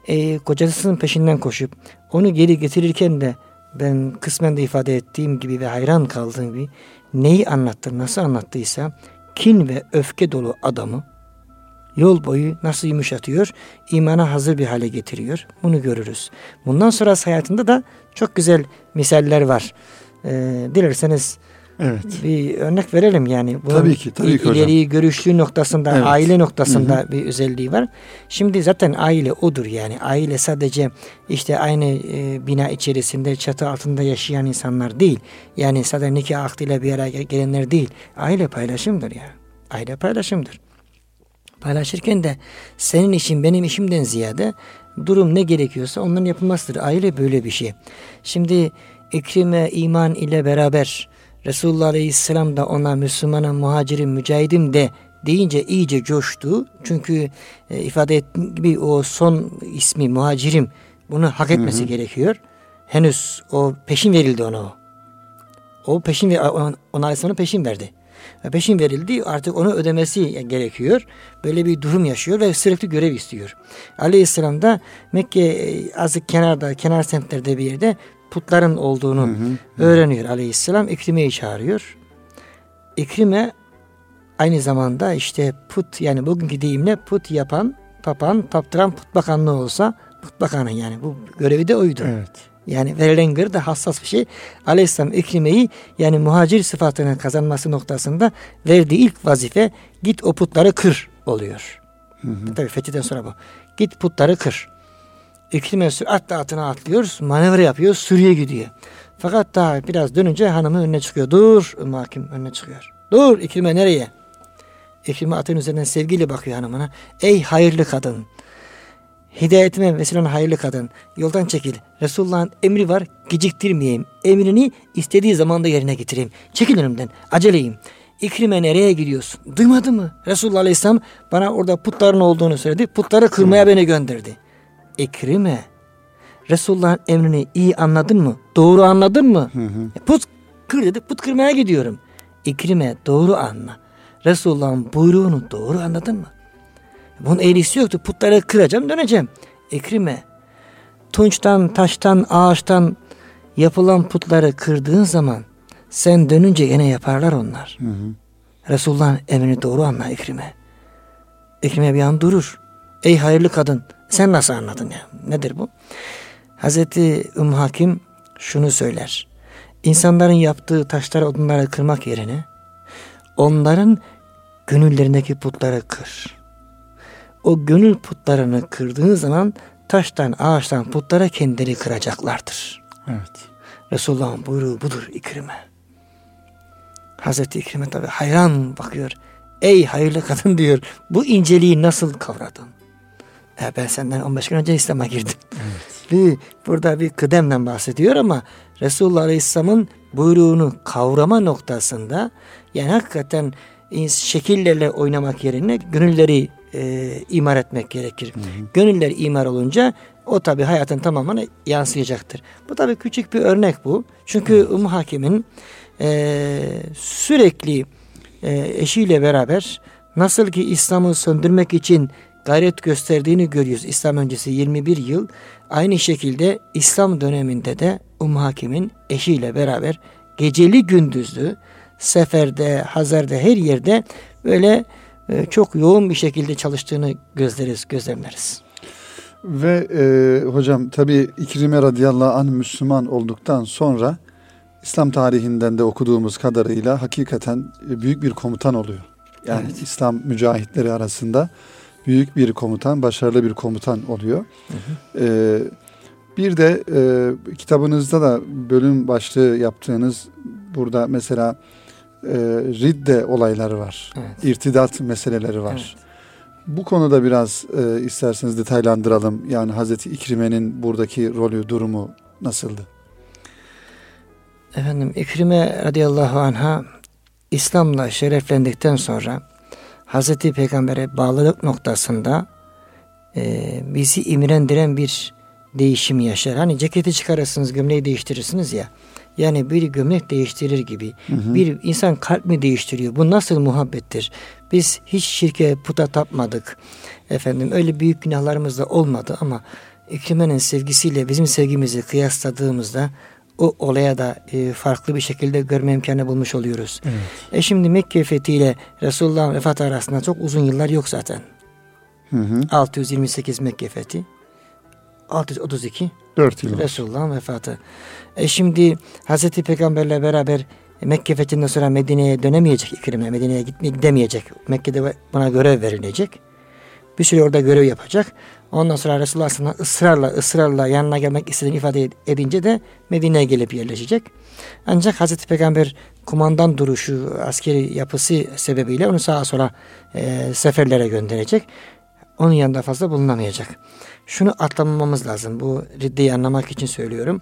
e, kocasının peşinden koşup onu geri getirirken de ben kısmen de ifade ettiğim gibi ve hayran kaldığım gibi neyi anlattı, nasıl anlattıysa kin ve öfke dolu adamı yol boyu nasıl yumuşatıyor, imana hazır bir hale getiriyor. Bunu görürüz. Bundan sonra hayatında da çok güzel misaller var. Ee, dilerseniz evet. bir örnek verelim yani. Bunun tabii ki, tabii ki ileri hocam. görüşlü noktasında, evet. aile noktasında Hı-hı. bir özelliği var. Şimdi zaten aile odur yani. Aile sadece işte aynı e, bina içerisinde, çatı altında yaşayan insanlar değil. Yani sadece nikah akdıyla bir araya gelenler değil. Aile paylaşımdır ya. Aile paylaşımdır. Paylaşırken de senin işin benim işimden ziyade durum ne gerekiyorsa onların yapılmasıdır. Aile böyle bir şey. Şimdi İkrime iman ile beraber Resulullah Aleyhisselam da ona Müslümana muhacirim mücahidim de deyince iyice coştu. Çünkü e, ifade ettiğim gibi o son ismi muhacirim bunu hak etmesi hı hı. gerekiyor. Henüz o peşin verildi ona o. O peşin ve ona, ona Aleyhisselam peşin verdi. Peşin verildi, artık onu ödemesi gerekiyor. Böyle bir durum yaşıyor ve sürekli görev istiyor. Aleyhisselam da Mekke azıcık kenarda, kenar semtlerde bir yerde putların olduğunu hı hı. öğreniyor Aleyhisselam. İkrime'yi çağırıyor. İkrime aynı zamanda işte put, yani bugünkü deyimle put yapan, tapan, taptıran put bakanlığı olsa put bakanı, yani bu görevi de oydu. Evet. Yani verilen gır da hassas bir şey. Aleyhisselam İkrime'yi yani muhacir sıfatını kazanması noktasında verdiği ilk vazife git o putları kır oluyor. Hı hı. Tabii fethiden sonra bu. Git putları kır. İkrime süratle atına atlıyor, manevra yapıyor, sürüye gidiyor. Fakat daha biraz dönünce hanımı önüne çıkıyor. Dur, Ümmü Hakim önüne çıkıyor. Dur İkrime, nereye? İkrime atın üzerinden sevgiyle bakıyor hanımına. Ey hayırlı kadın, hidayetime vesile olan hayırlı kadın, yoldan çekil. Resulullah'ın emri var, geciktirmeyeyim. Emrini istediği zamanda yerine getireyim. Çekil önümden, aceleyim. İkrime, nereye gidiyorsun? Duymadı mı? Resulullah Aleyhisselam bana orada putların olduğunu söyledi. Putları kırmaya beni gönderdi. İkrime, Resulullah'ın emrini iyi anladın mı? Doğru anladın mı? Hı hı. Put kır dedi, put kırmaya gidiyorum. İkrime, doğru anla. Resulullah'ın buyruğunu doğru anladın mı? Bunun eğrisi yoktu. Putları kıracağım, döneceğim. İkrime, tunçtan, taştan, ağaçtan yapılan putları kırdığın zaman sen dönünce yine yaparlar onlar. Hı hı. Resulullah'ın emrini doğru anla İkrime. İkrime bir an durur. Ey hayırlı kadın, sen nasıl anladın ya? Nedir bu? Hazreti Ümmü Hakim şunu söyler. İnsanların yaptığı taşları, odunları kırmak yerine onların gönüllerindeki putları kır. O gönül putlarını kırdığın zaman taştan, ağaçtan putlara kendileri kıracaklardır. Evet. Resulullah'ın buyruğu budur İkrime. Hazreti İkrime tabi hayran bakıyor. Ey hayırlı kadın diyor. Bu inceliği nasıl kavradın? E ben senden on beş gün önce İslam'a girdim. Evet. Bir, burada bir kıdemden bahsediyor ama Resulullah Aleyhisselam'ın buyruğunu kavrama noktasında yani hakikaten şekillerle oynamak yerine gönülleri e, imar etmek gerekir. Hı hı. Gönüller imar olunca o tabi hayatın tamamına yansıyacaktır. Bu tabi küçük bir örnek bu. Çünkü evet. Ümmü Hakim'in e, sürekli e, eşiyle beraber nasıl ki İslam'ı söndürmek için gayret gösterdiğini görüyoruz. İslam öncesi yirmi bir yıl. Aynı şekilde İslam döneminde de Ümmü Hakim'in eşiyle beraber geceli gündüzlü seferde, hazerde, her yerde böyle e, çok yoğun bir şekilde çalıştığını gözleriz, gözlemleriz. Ve e, hocam tabi İkrime radıyallahu anh Müslüman olduktan sonra İslam tarihinden de okuduğumuz kadarıyla hakikaten büyük bir komutan oluyor. Yani evet. İslam mücahitleri arasında büyük bir komutan, başarılı bir komutan oluyor. Hı hı. Ee, bir de e, kitabınızda da bölüm başlığı yaptığınız burada mesela e, ridde olayları var. Evet. İrtidat meseleleri var. Evet. Bu konuda biraz e, isterseniz detaylandıralım. Yani Hazreti İkrime'nin buradaki rolü, durumu nasıldı? Efendim İkrime radıyallahu anh'a İslam'la şereflendikten sonra Hazreti Peygamber'e bağlılık noktasında e, bizi imrendiren bir değişim yaşar. Hani ceketi çıkarırsınız, gömleği değiştirirsiniz ya. Yani bir gömlek değiştirir gibi. Hı hı. Bir insan kalp mi değiştiriyor? Bu nasıl muhabbettir? Biz hiç şirke, puta tapmadık. Efendim öyle büyük günahlarımız da olmadı ama İkrime'nin sevgisiyle bizim sevgimizi kıyasladığımızda o olaya da e, farklı bir şekilde görme imkanı bulmuş oluyoruz. Evet. E şimdi Mekke fethiyle Resulullah'ın vefatı arasında çok uzun yıllar yok zaten. Hı hı. altı yüz yirmi sekiz Mekke fethi, altı yüz otuz iki dört yıl. Resulullah'ın vefatı. E şimdi Hazreti Peygamberle beraber Mekke fethinden sonra Medine'ye dönemeyecek İkrime. Medine'ye gitmeye gidemeyecek. Mekke'de buna görev verilecek. Bir süre orada görev yapacak. Ondan sonra Resulullah sana ısrarla ısrarla yanına gelmek istediğini ifade edince de Medine'ye gelip yerleşecek. Ancak Hazreti Peygamber kumandan duruşu, askeri yapısı sebebiyle onu sağa sola e, seferlere gönderecek. Onun yanında fazla bulunamayacak. Şunu atlamamamız lazım. Bu riddeyi anlamak için söylüyorum.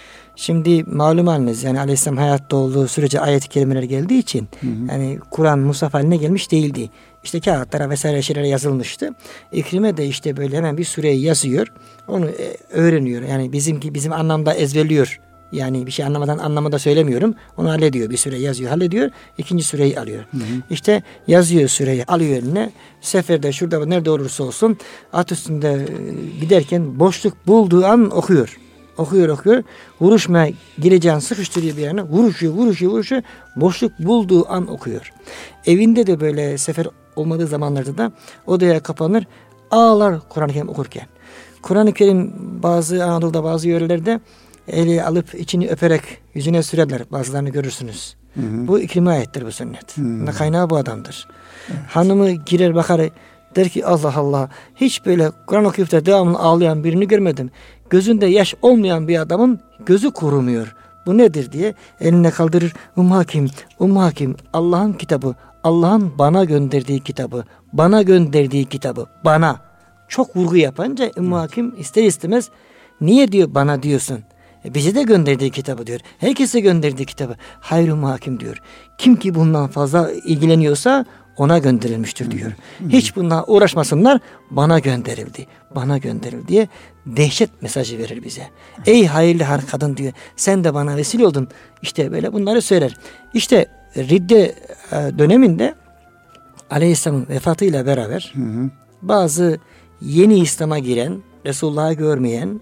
Şimdi malum haliniz, yani Aleyhisselam hayatta olduğu sürece ayet-i kerimeler geldiği için hı hı. yani Kur'an mushaf haline gelmiş değildi. İşte kağıtlara vesaire şeylere yazılmıştı. İkrime de işte böyle hemen bir sureyi yazıyor. Onu e, öğreniyor. Yani bizimki bizim anlamda ezberliyor. Yani bir şey anlamadan anlamada söylemiyorum. Onu hallediyor. Bir süre yazıyor, hallediyor. İkinci süreyi alıyor. Hı hı. İşte yazıyor süreyi, alıyor eline. Seferde şurada nerede olursa olsun at üstünde giderken boşluk bulduğu an okuyor. Okuyor okuyor. Vuruşmaya gireceğini sıkıştırıyor bir yerine. Vuruşuyor, vuruşuyor, vuruşuyor. Boşluk bulduğu an okuyor. Evinde de böyle sefer olmadığı zamanlarda da odaya kapanır. Ağlar Kur'an-ı Kerim okurken. Kur'an-ı Kerim bazı Anadolu'da bazı yörelerde eli alıp içini öperek yüzüne sürerler. Bazılarını görürsünüz. Hı hı. Bu İkrime ayettir bu sünnet. Hı. Kaynağı bu adamdır. Evet. Hanımı girer bakar der ki Allah Allah, hiç böyle Kur'an okuyup da devamlı ağlayan birini görmedim. Gözünde yaş olmayan bir adamın gözü kurumuyor. Bu nedir diye eline kaldırır. Um Hakim, Um Hakim, Allah'ın kitabı, Allah'ın bana gönderdiği kitabı, bana gönderdiği kitabı, bana. Çok vurgu yapınca Um Hakim ister istemez niye diyor bana diyorsun? E bize de gönderdiği kitabı diyor. Herkese gönderdiği kitabı. Hayır Um Hakim diyor. Kim ki bundan fazla ilgileniyorsa ona gönderilmiştir diyor. Hı hı. Hiç bununla uğraşmasınlar, bana gönderildi. Bana gönderildi diye dehşet mesajı verir bize. Hı. Ey hayırlı kadın diyor. Sen de bana vesile oldun. İşte böyle bunları söyler. İşte Ridde döneminde Aleyhisselam'ın vefatıyla beraber hı hı. bazı yeni İslam'a giren, Resulullah'ı görmeyen,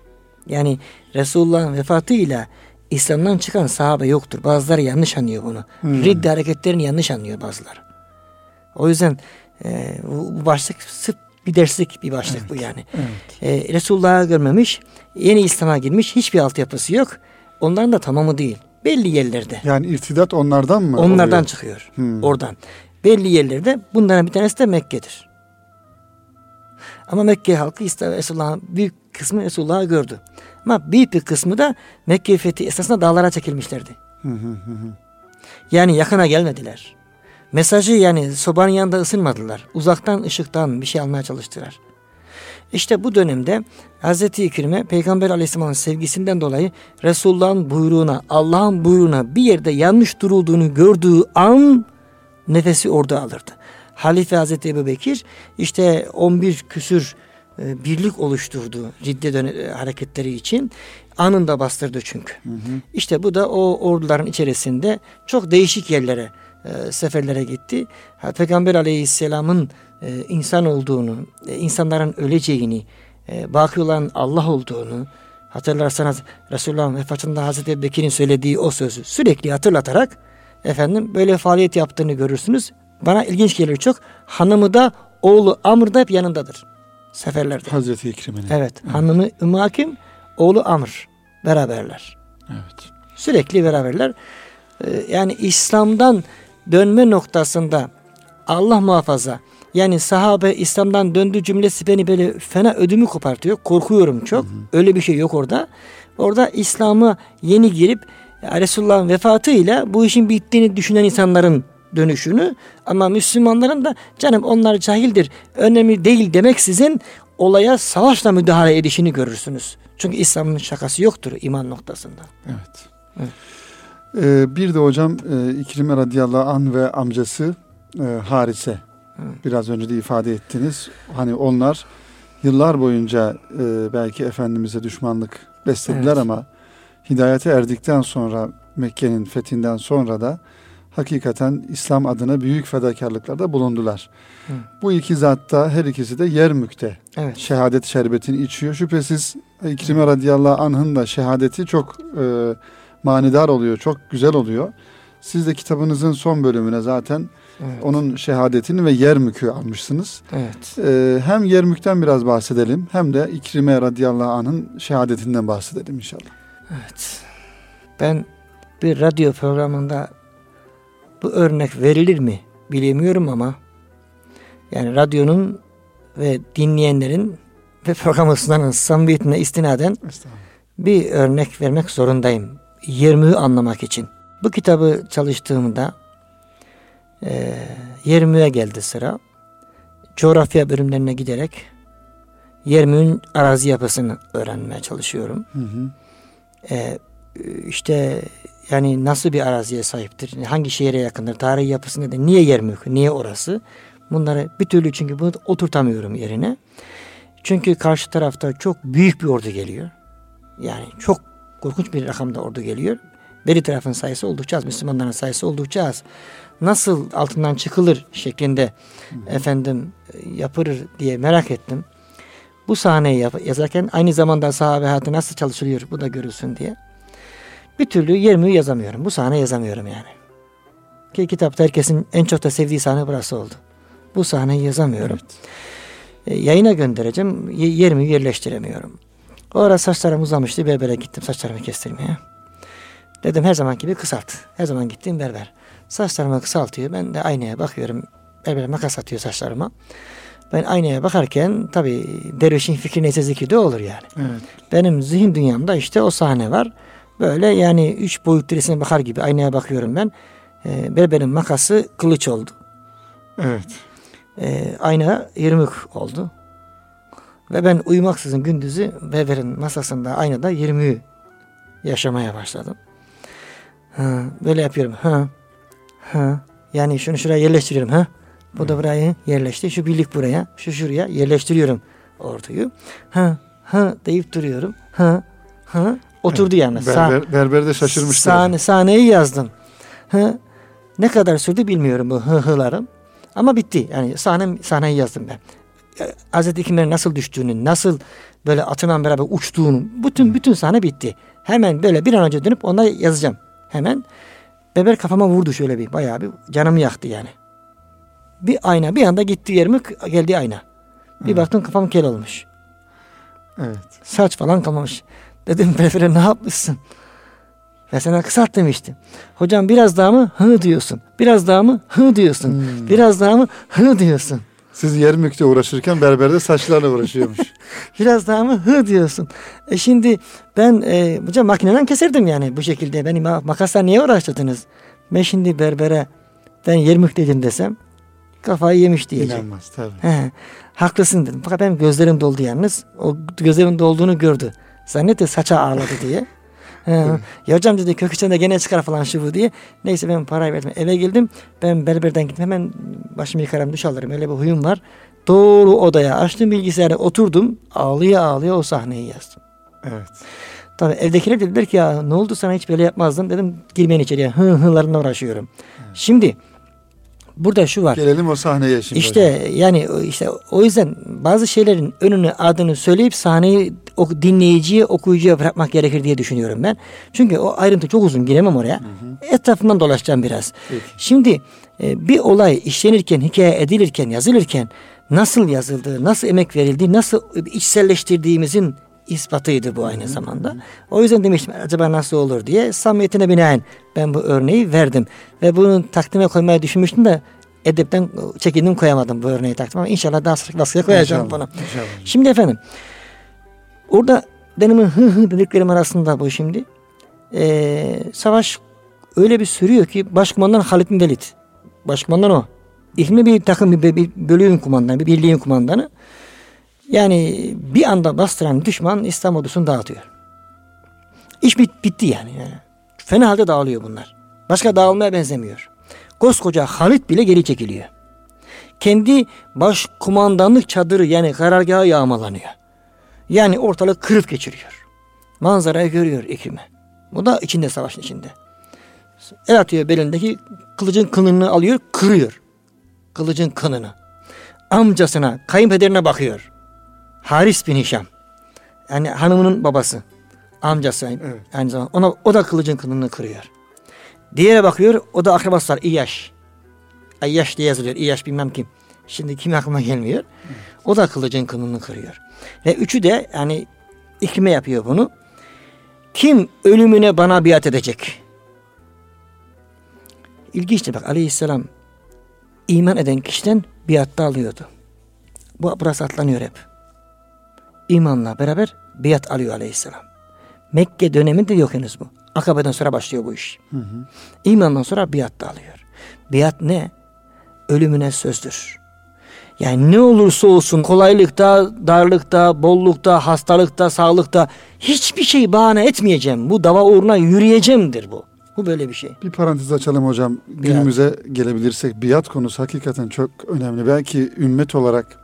yani Resulullah'ın vefatıyla İslam'dan çıkan sahabe yoktur. Bazıları yanlış anlıyor bunu. Hmm. Ridde hareketlerini yanlış anlıyor bazıları. O yüzden e, bu, bu başlık sırf bir derslik bir başlık evet. bu yani. Evet. E, Resulullah'ı görmemiş, yeni İslam'a girmiş, hiçbir altyapısı yok. Onların da tamamı değil. Belli yerlerde. Yani irtidat onlardan mı? Onlardan oluyor? çıkıyor. Hmm. Oradan. Belli yerlerde. Bunların bir tanesi de Mekke'dir. Ama Mekke halkı Resulullah'ın büyük kısmı Resulullah'ı gördü. Ama büyük bir kısmı da Mekke fethi esasında dağlara çekilmişlerdi. Hı hı hı. Yani yakına gelmediler. Mesajı yani sobanın yanında ısınmadılar. Uzaktan ışıktan bir şey almaya çalıştılar. İşte bu dönemde Hazreti İkrime Peygamber Aleyhisselam'ın sevgisinden dolayı Resulullah'ın buyruğuna, Allah'ın buyruğuna bir yerde yanlış durulduğunu gördüğü an nefesi orada alırdı. Halife Hazreti Ebubekir işte on bir küsür e, birlik oluşturdu Ridde dön- hareketleri için. Anında bastırdı çünkü. Hı hı. İşte bu da o orduların içerisinde çok değişik yerlere, e, seferlere gitti. Peygamber Aleyhisselam'ın e, insan olduğunu, e, insanların öleceğini, e, baki olan Allah olduğunu hatırlarsanız Resulullah'ın vefatında Hazreti Ebubekir'in söylediği o sözü sürekli hatırlatarak efendim böyle faaliyet yaptığını görürsünüz. Bana ilginç gelir çok. Hanımı da oğlu Amr da hep yanındadır. Seferlerde. Hazreti İkrime'nin. Evet. evet. Hanımı Ümmü Hakim, oğlu Amr. Beraberler. Evet. Sürekli beraberler. Ee, yani İslam'dan dönme noktasında Allah muhafaza. Yani sahabe İslam'dan döndü cümlesi beni böyle fena ödümü kopartıyor. Korkuyorum çok. Hı hı. Öyle bir şey yok orada. Orada İslam'a yeni girip Resulullah'ın vefatıyla bu işin bittiğini düşünen insanların dönüşünü, ama Müslümanların da canım onlar cahildir, önemli değil demeksizin olaya savaşla müdahale edişini görürsünüz. Çünkü İslam'ın şakası yoktur iman noktasında. Evet. evet. Ee, bir de hocam e, İkrime radıyallahu anh ve amcası e, Harise. Evet. Biraz önce de ifade ettiniz. Hani onlar yıllar boyunca e, belki Efendimiz'e düşmanlık beslediler evet. ama hidayete erdikten sonra Mekke'nin fethinden sonra da hakikaten İslam adına büyük fedakarlıklarda bulundular. Hı. Bu iki zatta her ikisi de Yermük'te Evet. şehadet şerbetini içiyor. Şüphesiz İkrime radıyallahu anh'ın da şehadeti çok e, manidar oluyor, çok güzel oluyor. Siz de kitabınızın son bölümüne zaten evet. onun şehadetini ve Yermük'ü almışsınız. Evet. E, hem Yermük'ten biraz bahsedelim, hem de İkrime radıyallahu anh'ın şehadetinden bahsedelim inşallah. Evet. Ben bir radyo programında bu örnek verilir mi bilemiyorum ama yani radyonun ve dinleyenlerin ve programı sunanın samimiyetine istinaden bir örnek vermek zorundayım. Yermük'ü anlamak için. Bu kitabı çalıştığımda e, Yermük'e geldi sıra. Coğrafya bölümlerine giderek Yermük'ün arazi yapısını öğrenmeye çalışıyorum. Hı hı. E, işte yani nasıl bir araziye sahiptir, hangi şehre yakındır, tarihi yapısı nedir, niye Yermük, niye orası? Bunları bir türlü çünkü bunu oturtamıyorum yerine. Çünkü karşı tarafta çok büyük bir ordu geliyor. Yani çok korkunç bir rakamda ordu geliyor. Beri tarafın sayısı oldukça az, Müslümanların sayısı oldukça az. Nasıl altından çıkılır şeklinde hı hı. efendim yapılır diye merak ettim. Bu sahneyi yap- yazarken aynı zamanda sahabe hayatı nasıl çalışılıyor bu da görülsün diye. Bir türlü Yermük'ü yazamıyorum. Bu sahne yazamıyorum yani. Ki kitapta herkesin en çok da sevdiği sahne burası oldu. Bu sahneyi yazamıyorum. Evet. E, yayına göndereceğim. Y- Yermük'ü yerleştiremiyorum. O ara saçlarım uzamıştı. Berbere gittim saçlarımı kestirmeye. Dedim her zaman gibi kısalt. Her zaman gittiğim berber. Saçlarımı kısaltıyor. Ben de aynaya bakıyorum. Berber makas atıyor saçlarıma. Ben aynaya bakarken tabii dervişin fikri neyse zikri de olur yani. Evet. Benim zihin dünyamda işte o sahne var. Böyle yani üç boyutlu resme bakar gibi aynaya bakıyorum ben. E, berberin makası kılıç oldu. Evet. E, ayna Yermük oldu. Ve ben uyumaksızın gündüzü berberin masasında aynada Yermük'ü yaşamaya başladım. Ha, böyle yapıyorum. Ha, ha. Yani şunu şuraya yerleştiriyorum. Ha. Bu evet. da buraya yerleşti. Şu birlik buraya. Şu şuraya yerleştiriyorum orduyu. Ha, ha deyip duruyorum. Ha, ha. Oturdu evet. yani. Berber, berber de şaşırmıştı. Sahne, sahneyi yazdım. Ha. Ne kadar sürdü bilmiyorum bu hı hılarım. Ama bitti. Yani sahne, sahneyi yazdım ben. Hazreti İkrim'in nasıl düştüğünü, nasıl böyle atından beraber uçtuğunu, bütün bütün sahne bitti. Hemen böyle bir an önce dönüp ona yazacağım. Hemen. Berber kafama vurdu şöyle bir. Bayağı bir canımı yaktı yani. Bir ayna bir anda gitti Yermük, geldi ayna. Bir evet. baktım kafam kel olmuş. Evet. Saç falan kalmamış. Dedim berbere ne yapmışsın? Ben sana kısalt demiştim. Hocam biraz daha mı hı diyorsun? Biraz daha mı hı diyorsun? Hmm. Biraz daha mı hı diyorsun? Siz Yermük'te uğraşırken berberde saçlarla uğraşıyormuş. Biraz daha mı hı diyorsun? E şimdi ben e, hocam makineden keserdim yani bu şekilde. Beni makasla niye uğraştırdınız? Ben şimdi berbere ben Yermük dedim desem kafayı yemiş diyecek. İnanmaz tabii. He, haklısın dedim. Fakat benim gözlerim doldu yalnız. O gözlerim dolduğunu gördü. Zannetti saça ağladı diye. He, ya hocam dedi kök içinde gene çıkar falan şu bu diye. Neyse ben parayı verdim. Eve geldim. Ben berberden gittim. Hemen başımı yıkarım, duş alırım. Öyle bir huyum var. Doğru odaya açtım bilgisayarı, oturdum. Ağlıya ağlıya o sahneyi yazdım. Evet. Tabii evdekiler dediler ki ya ne oldu sana hiç böyle yapmazdın. Dedim girmeyin içeriye. Hı hılarına uğraşıyorum. Evet. Şimdi burada şu var. Gelelim o sahneye şimdi. İşte hocam. Yani işte o yüzden bazı şeylerin önünü adını söyleyip sahneyi o dinleyiciye, okuyucuya bırakmak gerekir diye düşünüyorum ben. Çünkü o ayrıntı çok uzun, giremem oraya. Hı hı. Etrafından dolaşacağım biraz. Peki. Şimdi e, bir olay işlenirken, hikaye edilirken, yazılırken nasıl yazıldığı, nasıl emek verildiği, nasıl içselleştirdiğimizin ispatıydı bu aynı hı hı. zamanda. O yüzden demiştim acaba nasıl olur diye samimiyetine binaen ben bu örneği verdim. Ve bunu takdime koymayı düşünmüştüm de edepten çekindim koyamadım bu örneği takdim ama inşallah daha sık baskıya koyacağım bunu. Şimdi efendim orada benim hı hı dediklerim arasında bu şimdi ee, savaş öyle bir sürüyor ki başkumandan Halid bin Velid. Başkumandan o. İlmi bir takım bir, bir bölüğün kumandanı, bir birliğin kumandanı. Yani bir anda bastıran düşman İslam ordusunu dağıtıyor. İş bit, bitti yani. yani. Fena halde dağılıyor bunlar. Başka dağılmaya benzemiyor. Koskoca Halid bile geri çekiliyor. Kendi başkumandanlık çadırı yani karargahı yağmalanıyor. Yani ortalık kırıp geçiriyor. Manzarayı görüyor İkrime. Bu da içinde, savaşın içinde. El atıyor belindeki kılıcın kınını alıyor, kırıyor. Kılıcın kınını. Amcasına, kayınpederine bakıyor. Haris bin Hişam. Yani hanımının babası. Amcası evet. Aynı zamanda. Ona, o da kılıcın kınını kırıyor. Diğere bakıyor, o da akrabası var, İyaş. İyaş diye yazılıyor, İyaş bilmem kim. Şimdi kim aklıma gelmiyor. Evet. O da kılıcın kınını kırıyor. Ve üçü de yani İkrime yapıyor bunu. Kim ölümüne bana biat edecek? İlginçtir bak, Aleyhisselam iman eden kişiden biatta alıyordu. Bu burası atlanıyor hep. İmanla beraber biat alıyor Aleyhisselam. Mekke döneminde yok henüz bu. Akabe'den sonra başlıyor bu iş. Hı hı. İmandan sonra biat da alıyor. Biat ne? Ölümüne sözdür. Yani ne olursa olsun kolaylıkta, darlıkta, bollukta, hastalıkta, sağlıkta hiçbir şey bahane etmeyeceğim. Bu dava uğruna yürüyeceğimdir bu. Bu böyle bir şey. Bir parantez açalım hocam. Biat. Günümüze gelebilirsek biat konusu hakikaten çok önemli. Belki ümmet olarak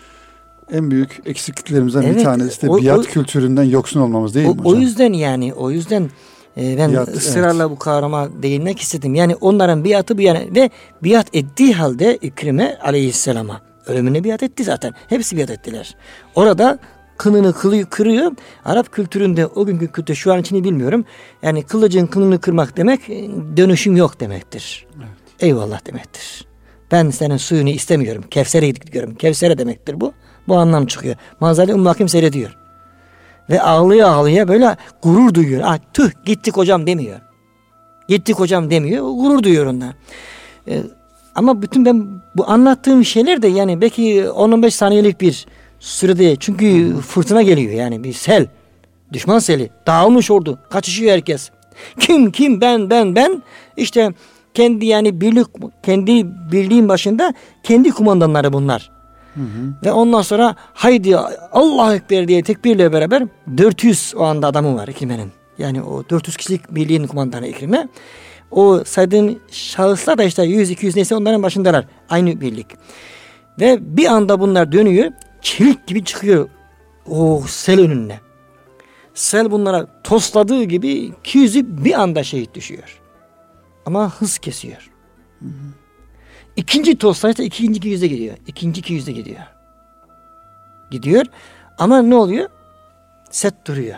en büyük eksikliklerimizden evet, bir tanesi de o, biat o, kültüründen yoksun olmamız değil o, mi hocam? O yüzden yani o yüzden e, ben biat, ısrarla evet. bu kavrama değinmek istedim. Yani onların biatı bu yani ve biat ettiği halde İkrime Aleyhisselam'a ölümüne biat etti zaten. Hepsi biat ettiler. Orada kınını kılıyor, kırıyor. Arap kültüründe o günkü kültür şu an içini bilmiyorum. Yani kılıcın kınını kırmak demek dönüşüm yok demektir. Evet. Eyvallah demektir. Ben senin suyunu istemiyorum. Kevser'e gidiyorum. Kevser'e demektir bu. Bu anlam çıkıyor. Manzarayı Ümmü Hakim seyrediyor. Ve ağlıyor ağlıyor böyle gurur duyuyor. Ah tüh gittik hocam demiyor. Gittik hocam demiyor. Gurur duyuyor ondan. Ee, ama bütün ben bu anlattığım şeyler de yani belki on on beş saniyelik bir sürede. Çünkü fırtına geliyor yani bir sel. Düşman seli. Dağılmış ordu. Kaçışıyor herkes. Kim kim ben ben ben. İşte kendi yani birlik kendi birliğin başında kendi kumandanları bunlar. Hı hı. Ve ondan sonra haydi Allahu Ekber diye tekbirle beraber dört yüz o anda adamı var İkrime'nin. Yani o dört yüz kişilik birliğin kumandanı İkrime. O saydığım şahıslar da işte yüz iki yüz neyse onların başındalar. Aynı birlik. Ve bir anda bunlar dönüyor. Çelik gibi çıkıyor o sel önüne. Sel bunlara tosladığı gibi iki yüzü bir anda şehit düşüyor. Ama hız kesiyor. Hı hı. İkinci toslaysa ikinci iki yüzde gidiyor. İkinci iki yüzde gidiyor. Gidiyor. Ama ne oluyor? Set duruyor.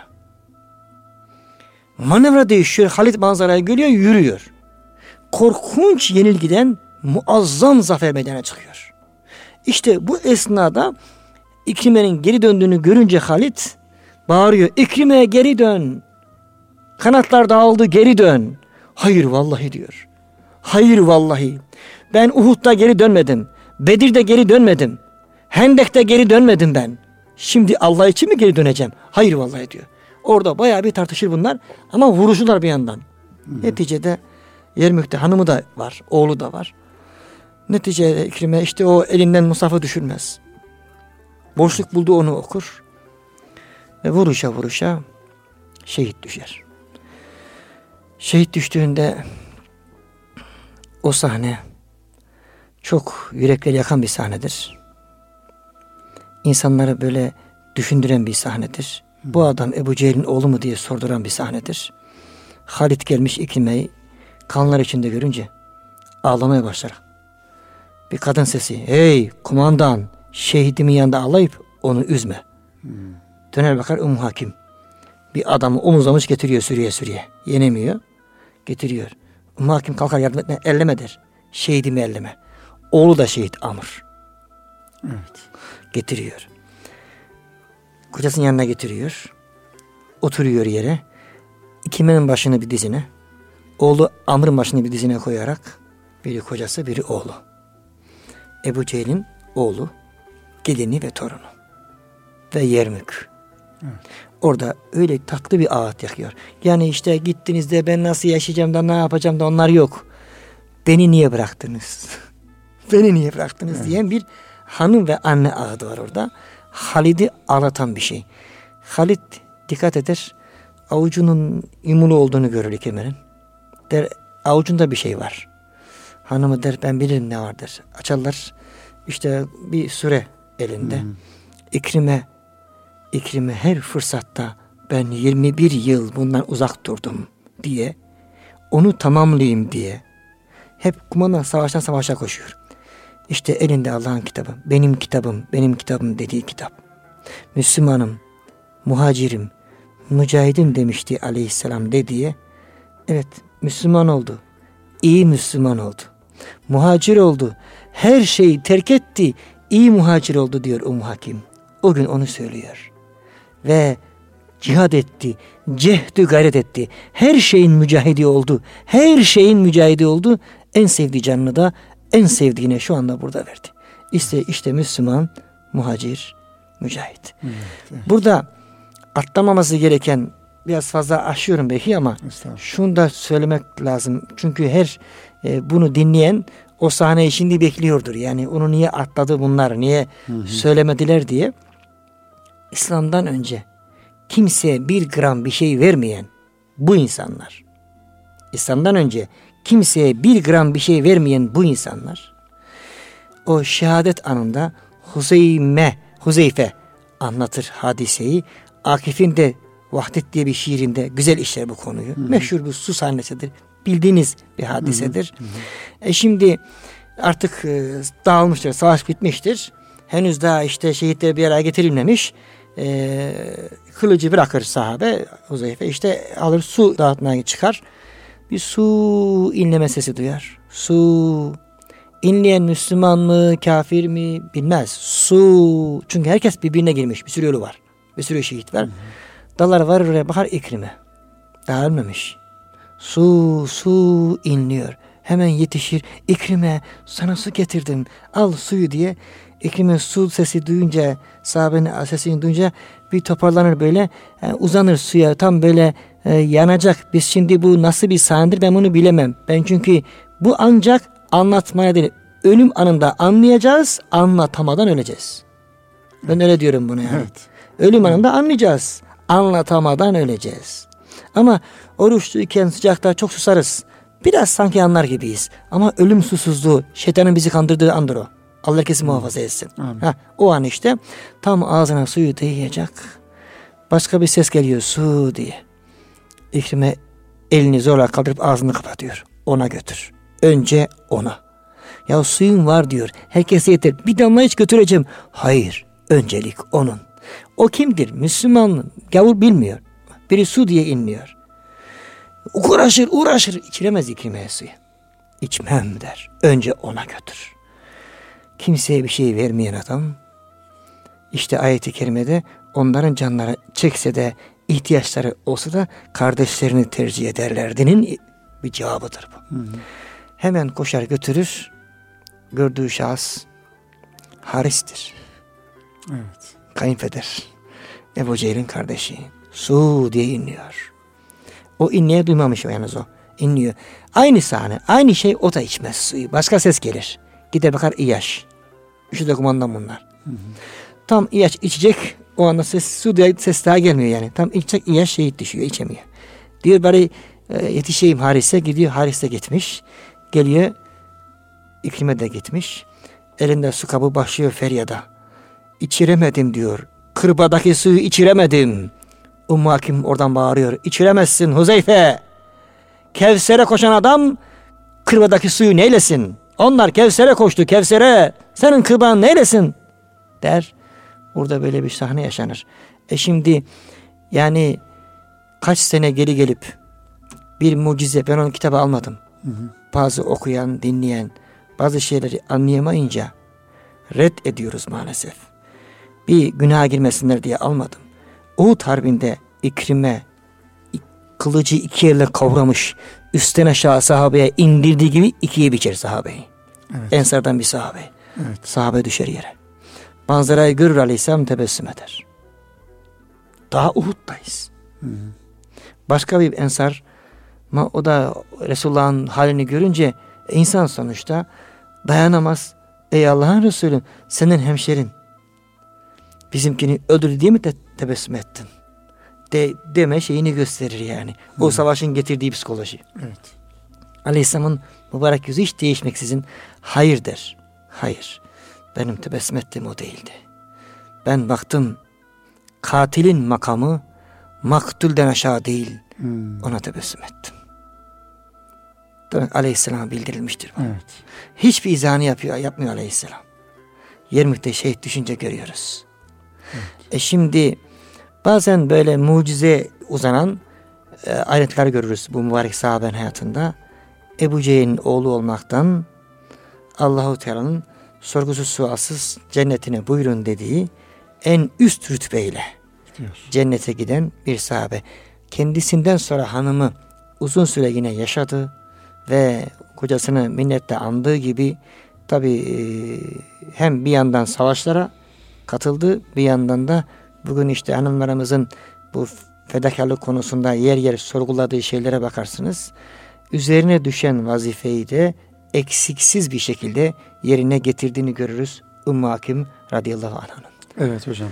Manevra değişiyor. Halit manzarayı görüyor, yürüyor. Korkunç yenilgiden muazzam zafer meydana çıkıyor. İşte bu esnada İkrime'nin geri döndüğünü görünce Halit bağırıyor. İkrime'ye geri dön. Kanatlar dağıldı, geri dön. Hayır vallahi diyor. Hayır vallahi. Ben Uhud'da geri dönmedim. Bedir'de geri dönmedim. Hendek'te geri dönmedim ben. Şimdi Allah için mi geri döneceğim? Hayır vallahi diyor. Orada bayağı bir tartışır bunlar. Ama vuruşurlar bir yandan. Hmm. Neticede Yermük'te hanımı da var. Oğlu da var. Neticede İkrime işte o elinden musafı düşürmez. Boşluk buldu onu okur. Ve vuruşa vuruşa şehit düşer. Şehit düştüğünde o sahne çok yürekleri yakan bir sahnedir. İnsanları böyle düşündüren bir sahnedir. Hı. Bu adam Ebu Cehil'in oğlu mu diye sorduran bir sahnedir. Halit gelmiş İkrime'yi kanlar içinde görünce ağlamaya başlar. Bir kadın sesi, hey kumandan, şehidimin yanında ağlayıp onu üzme. Hı. Döner bakar Ümmü Hakim. Bir adamı omuzlamış getiriyor sürüye sürüye. Yenemiyor. Getiriyor. Ümmü Hakim kalkar yardım etme, elleme der. Şehidimi elleme. Oğlu da şehit Amr. Evet. Getiriyor. Kocasının yanına getiriyor. Oturuyor yere. İkrime'nin başını bir dizine. Oğlu Amr'ın başını bir dizine koyarak biri kocası biri oğlu. Ebu Cehil'in oğlu, gelini ve torunu. Ve Yermük. Evet. Orada öyle tatlı bir ağıt yakıyor. Yani işte gittiğinizde ben nasıl yaşayacağım da ne yapacağım da onlar yok. Beni niye bıraktınız? Beni niye bıraktınız evet. diyen bir hanım ve anne ağıdı var orada. Halid'i ağlatan bir şey. Halid dikkat eder. Avucunun yumulu olduğunu görür İkrime'nin. Der avucunda bir şey var. Hanımı der ben bilirim ne vardır. Açarlar. İşte bir süre elinde. Hmm. İkrime İkrime her fırsatta ben yirmi bir yıl bundan uzak durdum diye onu tamamlayayım diye hep kumandan savaştan savaşa koşuyor. İşte elinde Allah'ın kitabı, benim kitabım, benim kitabım dediği kitap. Müslümanım, muhacirim, mücahidim demişti aleyhisselam dediği. Evet, Müslüman oldu. İyi Müslüman oldu. Muhacir oldu. Her şeyi terk etti. İyi muhacir oldu diyor Ummu Hakim. O gün onu söylüyor. Ve cihad etti. Cehdü gayret etti. Her şeyin mücahidi oldu. Her şeyin mücahidi oldu. En sevdiği canını da en sevdiğine şu anda burada verdi. İşte, işte Müslüman, muhacir, mücahit. Evet, evet. Burada atlamaması gereken, biraz fazla aşıyorum belki ama şunu da söylemek lazım. Çünkü her e, bunu dinleyen o sahneyi şimdi bekliyordur. Yani onu niye atladı bunlar, niye hı hı. söylemediler diye. İslam'dan önce kimseye bir gram bir şey vermeyen bu insanlar, İslam'dan önce kimseye bir gram bir şey vermeyen bu insanlar, o şehadet anında Huzeyme, Huzeyfe anlatır hadiseyi. Akif'in de Vahdet diye bir şiirinde güzel işler bu konuyu. Hı hı. Meşhur bir su sahnesidir. Bildiğiniz bir hadisedir. Hı hı. E şimdi artık e, dağılmıştır, savaş bitmiştir. Henüz daha işte şehitleri bir araya getirilmemiş. E, kılıcı bırakır sahabe Huzeyfe, işte alır su dağıtmaya çıkar. Bir su inleme sesi duyar. Su inleyen Müslüman mı, kafir mi bilmez. Su, çünkü herkes birbirine girmiş. Bir sürü ölü var. Bir sürü şehit var. Hı hı. Dallar varır oraya bakar, İkrime. Daha ölmemiş. Su, su inliyor. Hemen yetişir. İkrime, sana su getirdim. Al suyu diye. İkrime su sesi duyunca, sahabenin sesini duyunca bir toparlanır böyle. Yani uzanır suya. Tam böyle e, yanacak. Biz şimdi bu nasıl bir sahnedir ben bunu bilemem. Ben çünkü bu ancak anlatmaya değil. Ölüm anında anlayacağız. Anlatamadan öleceğiz. Ben öyle diyorum bunu yani. Evet. Ölüm anında anlayacağız. Anlatamadan öleceğiz. Ama oruçluyken sıcakta çok susarız. Biraz sanki anlar gibiyiz. Ama ölüm susuzluğu, şeytanın bizi kandırdığı andır o. Allah herkesi muhafaza etsin. Ha, o an işte tam ağzına suyu değecek. Başka bir ses geliyor, su diye. İkrime elini zorla kaldırıp ağzını kapatıyor. Ona götür. Önce ona. Ya suyun var diyor. Herkese yeter. Bir damla hiç götüreceğim. Hayır. Öncelik onun. O kimdir? Müslüman. Gavur bilmiyor. Biri su diye inmiyor. Uğraşır uğraşır. İçiremez İkrimeye suyu. İçmem der. Önce ona götür. Kimseye bir şey vermeyen adam. İşte ayet-i kerimede onların canları çekse de ihtiyaçları olsa da kardeşlerini tercih ederlerdi'nin bir cevabıdır bu. Hı hı. Hemen koşar götürür. Gördüğü şahıs Haris'tir. Evet. Kayınpeder. Ebu Cehil'in kardeşi. Su diye inliyor. O inleye duymamış o yalnız o. İnliyor. Aynı sahne. Aynı şey, o da içmez suyu. Başka ses gelir. Gider bakar İyaş. Üçü de kumandan bunlar. Hı hı. Tam İyaş içecek. O anda ses, su diye ses daha gelmiyor yani. Tam içecek, İyaş şehit düşüyor. İçemiyor. Diyor bari e, yetişeyim Haris'e. Gidiyor. Haris de gitmiş. Geliyor. İkrime de gitmiş. Elinde su kabı başlıyor feryada. İçiremedim diyor. Kırbadaki suyu içiremedim. Ummu Hakim oradan bağırıyor. İçiremezsin Huzeyfe. Kevser'e koşan adam kırbadaki suyu neylesin? Onlar Kevser'e koştu, Kevser'e. Senin kırban neylesin? Der. Burada böyle bir sahne yaşanır. E şimdi yani kaç sene geri gelip bir mucize, ben onun kitabı almadım. Hı hı. Bazı okuyan, dinleyen bazı şeyleri anlayamayınca red ediyoruz maalesef. Bir günaha girmesinler diye almadım. Uhud Harbi'nde İkrime kılıcı iki elle kavramış, üstten aşağı sahabeye indirdiği gibi ikiye biçer sahabeyi. Evet. Ensardan bir sahabe. Evet. Sahabe düşer yere. Manzarayı görür Aleyhisselam, tebessüm eder. Daha Uhud'dayız. Hı hı. Başka bir ensar, o da Resulullah'ın halini görünce insan sonuçta dayanamaz. Ey Allah'ın Resulü, senin hemşerin bizimkini öldürdü diye mi de tebessüm ettin? De, deme şeyini gösterir yani. O hmm. savaşın getirdiği psikoloji. Evet. Aleyhisselam'ın mübarek yüzü hiç değişmeksizin hayır der. Hayır. Benim tebessüm ettiğim o değildi. Ben baktım katilin makamı maktulden aşağı değil. Hmm. Ona tebessüm ettim. Aleyhisselam bildirilmiştir. Evet. Hiçbir izahını yapıyor, yapmıyor Aleyhisselam. Yermük'te şehit düşünce görüyoruz. Evet. E şimdi bazen böyle mucize uzanan e, ayrıntılar görürüz bu mübarek sahabenin hayatında. Ebu Cehil'in oğlu olmaktan Allahu Teala'nın sorgusuz sualsız cennetine buyurun dediği en üst rütbeyle Gidiyor. cennete giden bir sahabe. Kendisinden sonra hanımı uzun süre yine yaşadı ve kocasını minnetle andığı gibi tabii e, hem bir yandan savaşlara katıldı, bir yandan da bugün işte hanımlarımızın bu fedakarlık konusunda yer yer sorguladığı şeylere bakarsınız. Üzerine düşen vazifeyi de eksiksiz bir şekilde yerine getirdiğini görürüz Ümmü Hakim radıyallahu anh'ın. Evet hocam.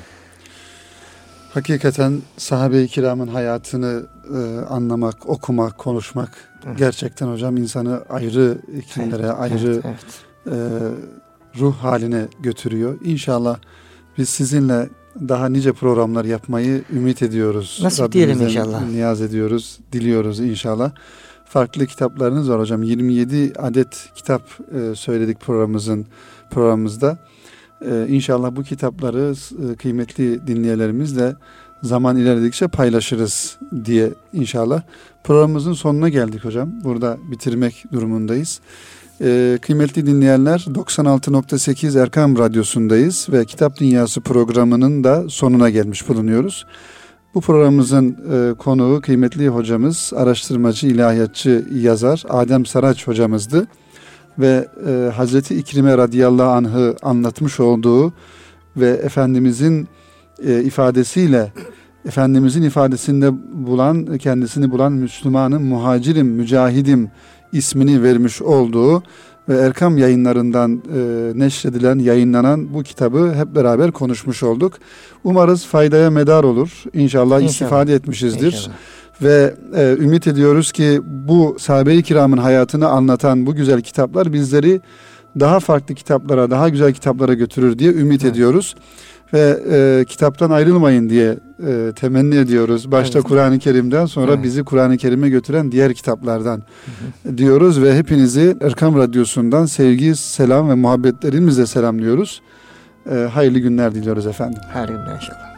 Hakikaten sahabe-i kiramın hayatını e, anlamak, okumak, konuşmak evet. gerçekten hocam insanı ayrı iklimlere, evet, ayrı evet, evet. E, ruh haline götürüyor. İnşallah biz sizinle daha nice programlar yapmayı ümit ediyoruz. Nasip diyelim inşallah. Niyaz ediyoruz, diliyoruz inşallah. Farklı kitaplarınız var hocam. yirmi yedi adet kitap e, söyledik programımızın programımızda. E, İnşallah bu kitapları e, kıymetli dinleyenlerimizle zaman ilerledikçe paylaşırız diye inşallah. Programımızın sonuna geldik hocam. Burada bitirmek durumundayız. E, kıymetli dinleyenler, doksan altı nokta sekiz Erkam Radyosu'ndayız ve Kitap Dünyası programının da sonuna gelmiş bulunuyoruz. Bu programımızın e, konuğu kıymetli hocamız, araştırmacı, ilahiyatçı, yazar Adem Saraç hocamızdı. Ve e, Hazreti İkrime radıyallahu anh'ı anlatmış olduğu ve Efendimizin e, ifadesiyle, Efendimizin ifadesinde bulan, kendisini bulan Müslümanım, muhacirim, mücahidim ismini vermiş olduğu ve Erkam yayınlarından e, neşredilen, yayınlanan bu kitabı hep beraber konuşmuş olduk. Umarız faydaya medar olur. İnşallah, İnşallah. istifade etmişizdir. İnşallah. Ve e, ümit ediyoruz ki bu sahabe-i kiramın hayatını anlatan bu güzel kitaplar bizleri daha farklı kitaplara, daha güzel kitaplara götürür diye ümit evet. ediyoruz. Ve e, kitaptan ayrılmayın diye e, temenni ediyoruz. Başta evet. Kur'an-ı Kerim'den sonra evet. bizi Kur'an-ı Kerim'e götüren diğer kitaplardan hı hı. diyoruz. Ve hepinizi Erkam Radyosu'ndan sevgi, selam ve muhabbetlerimizle selamlıyoruz. E, hayırlı günler diliyoruz efendim. Hayırlı günler inşallah.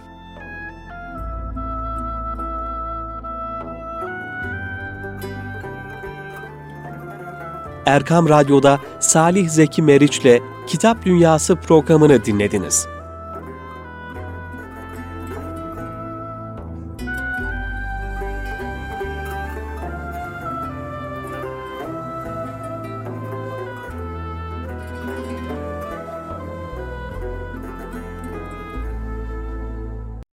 Erkam Radyo'da Salih Zeki Meriç'le Kitap Dünyası programını dinlediniz.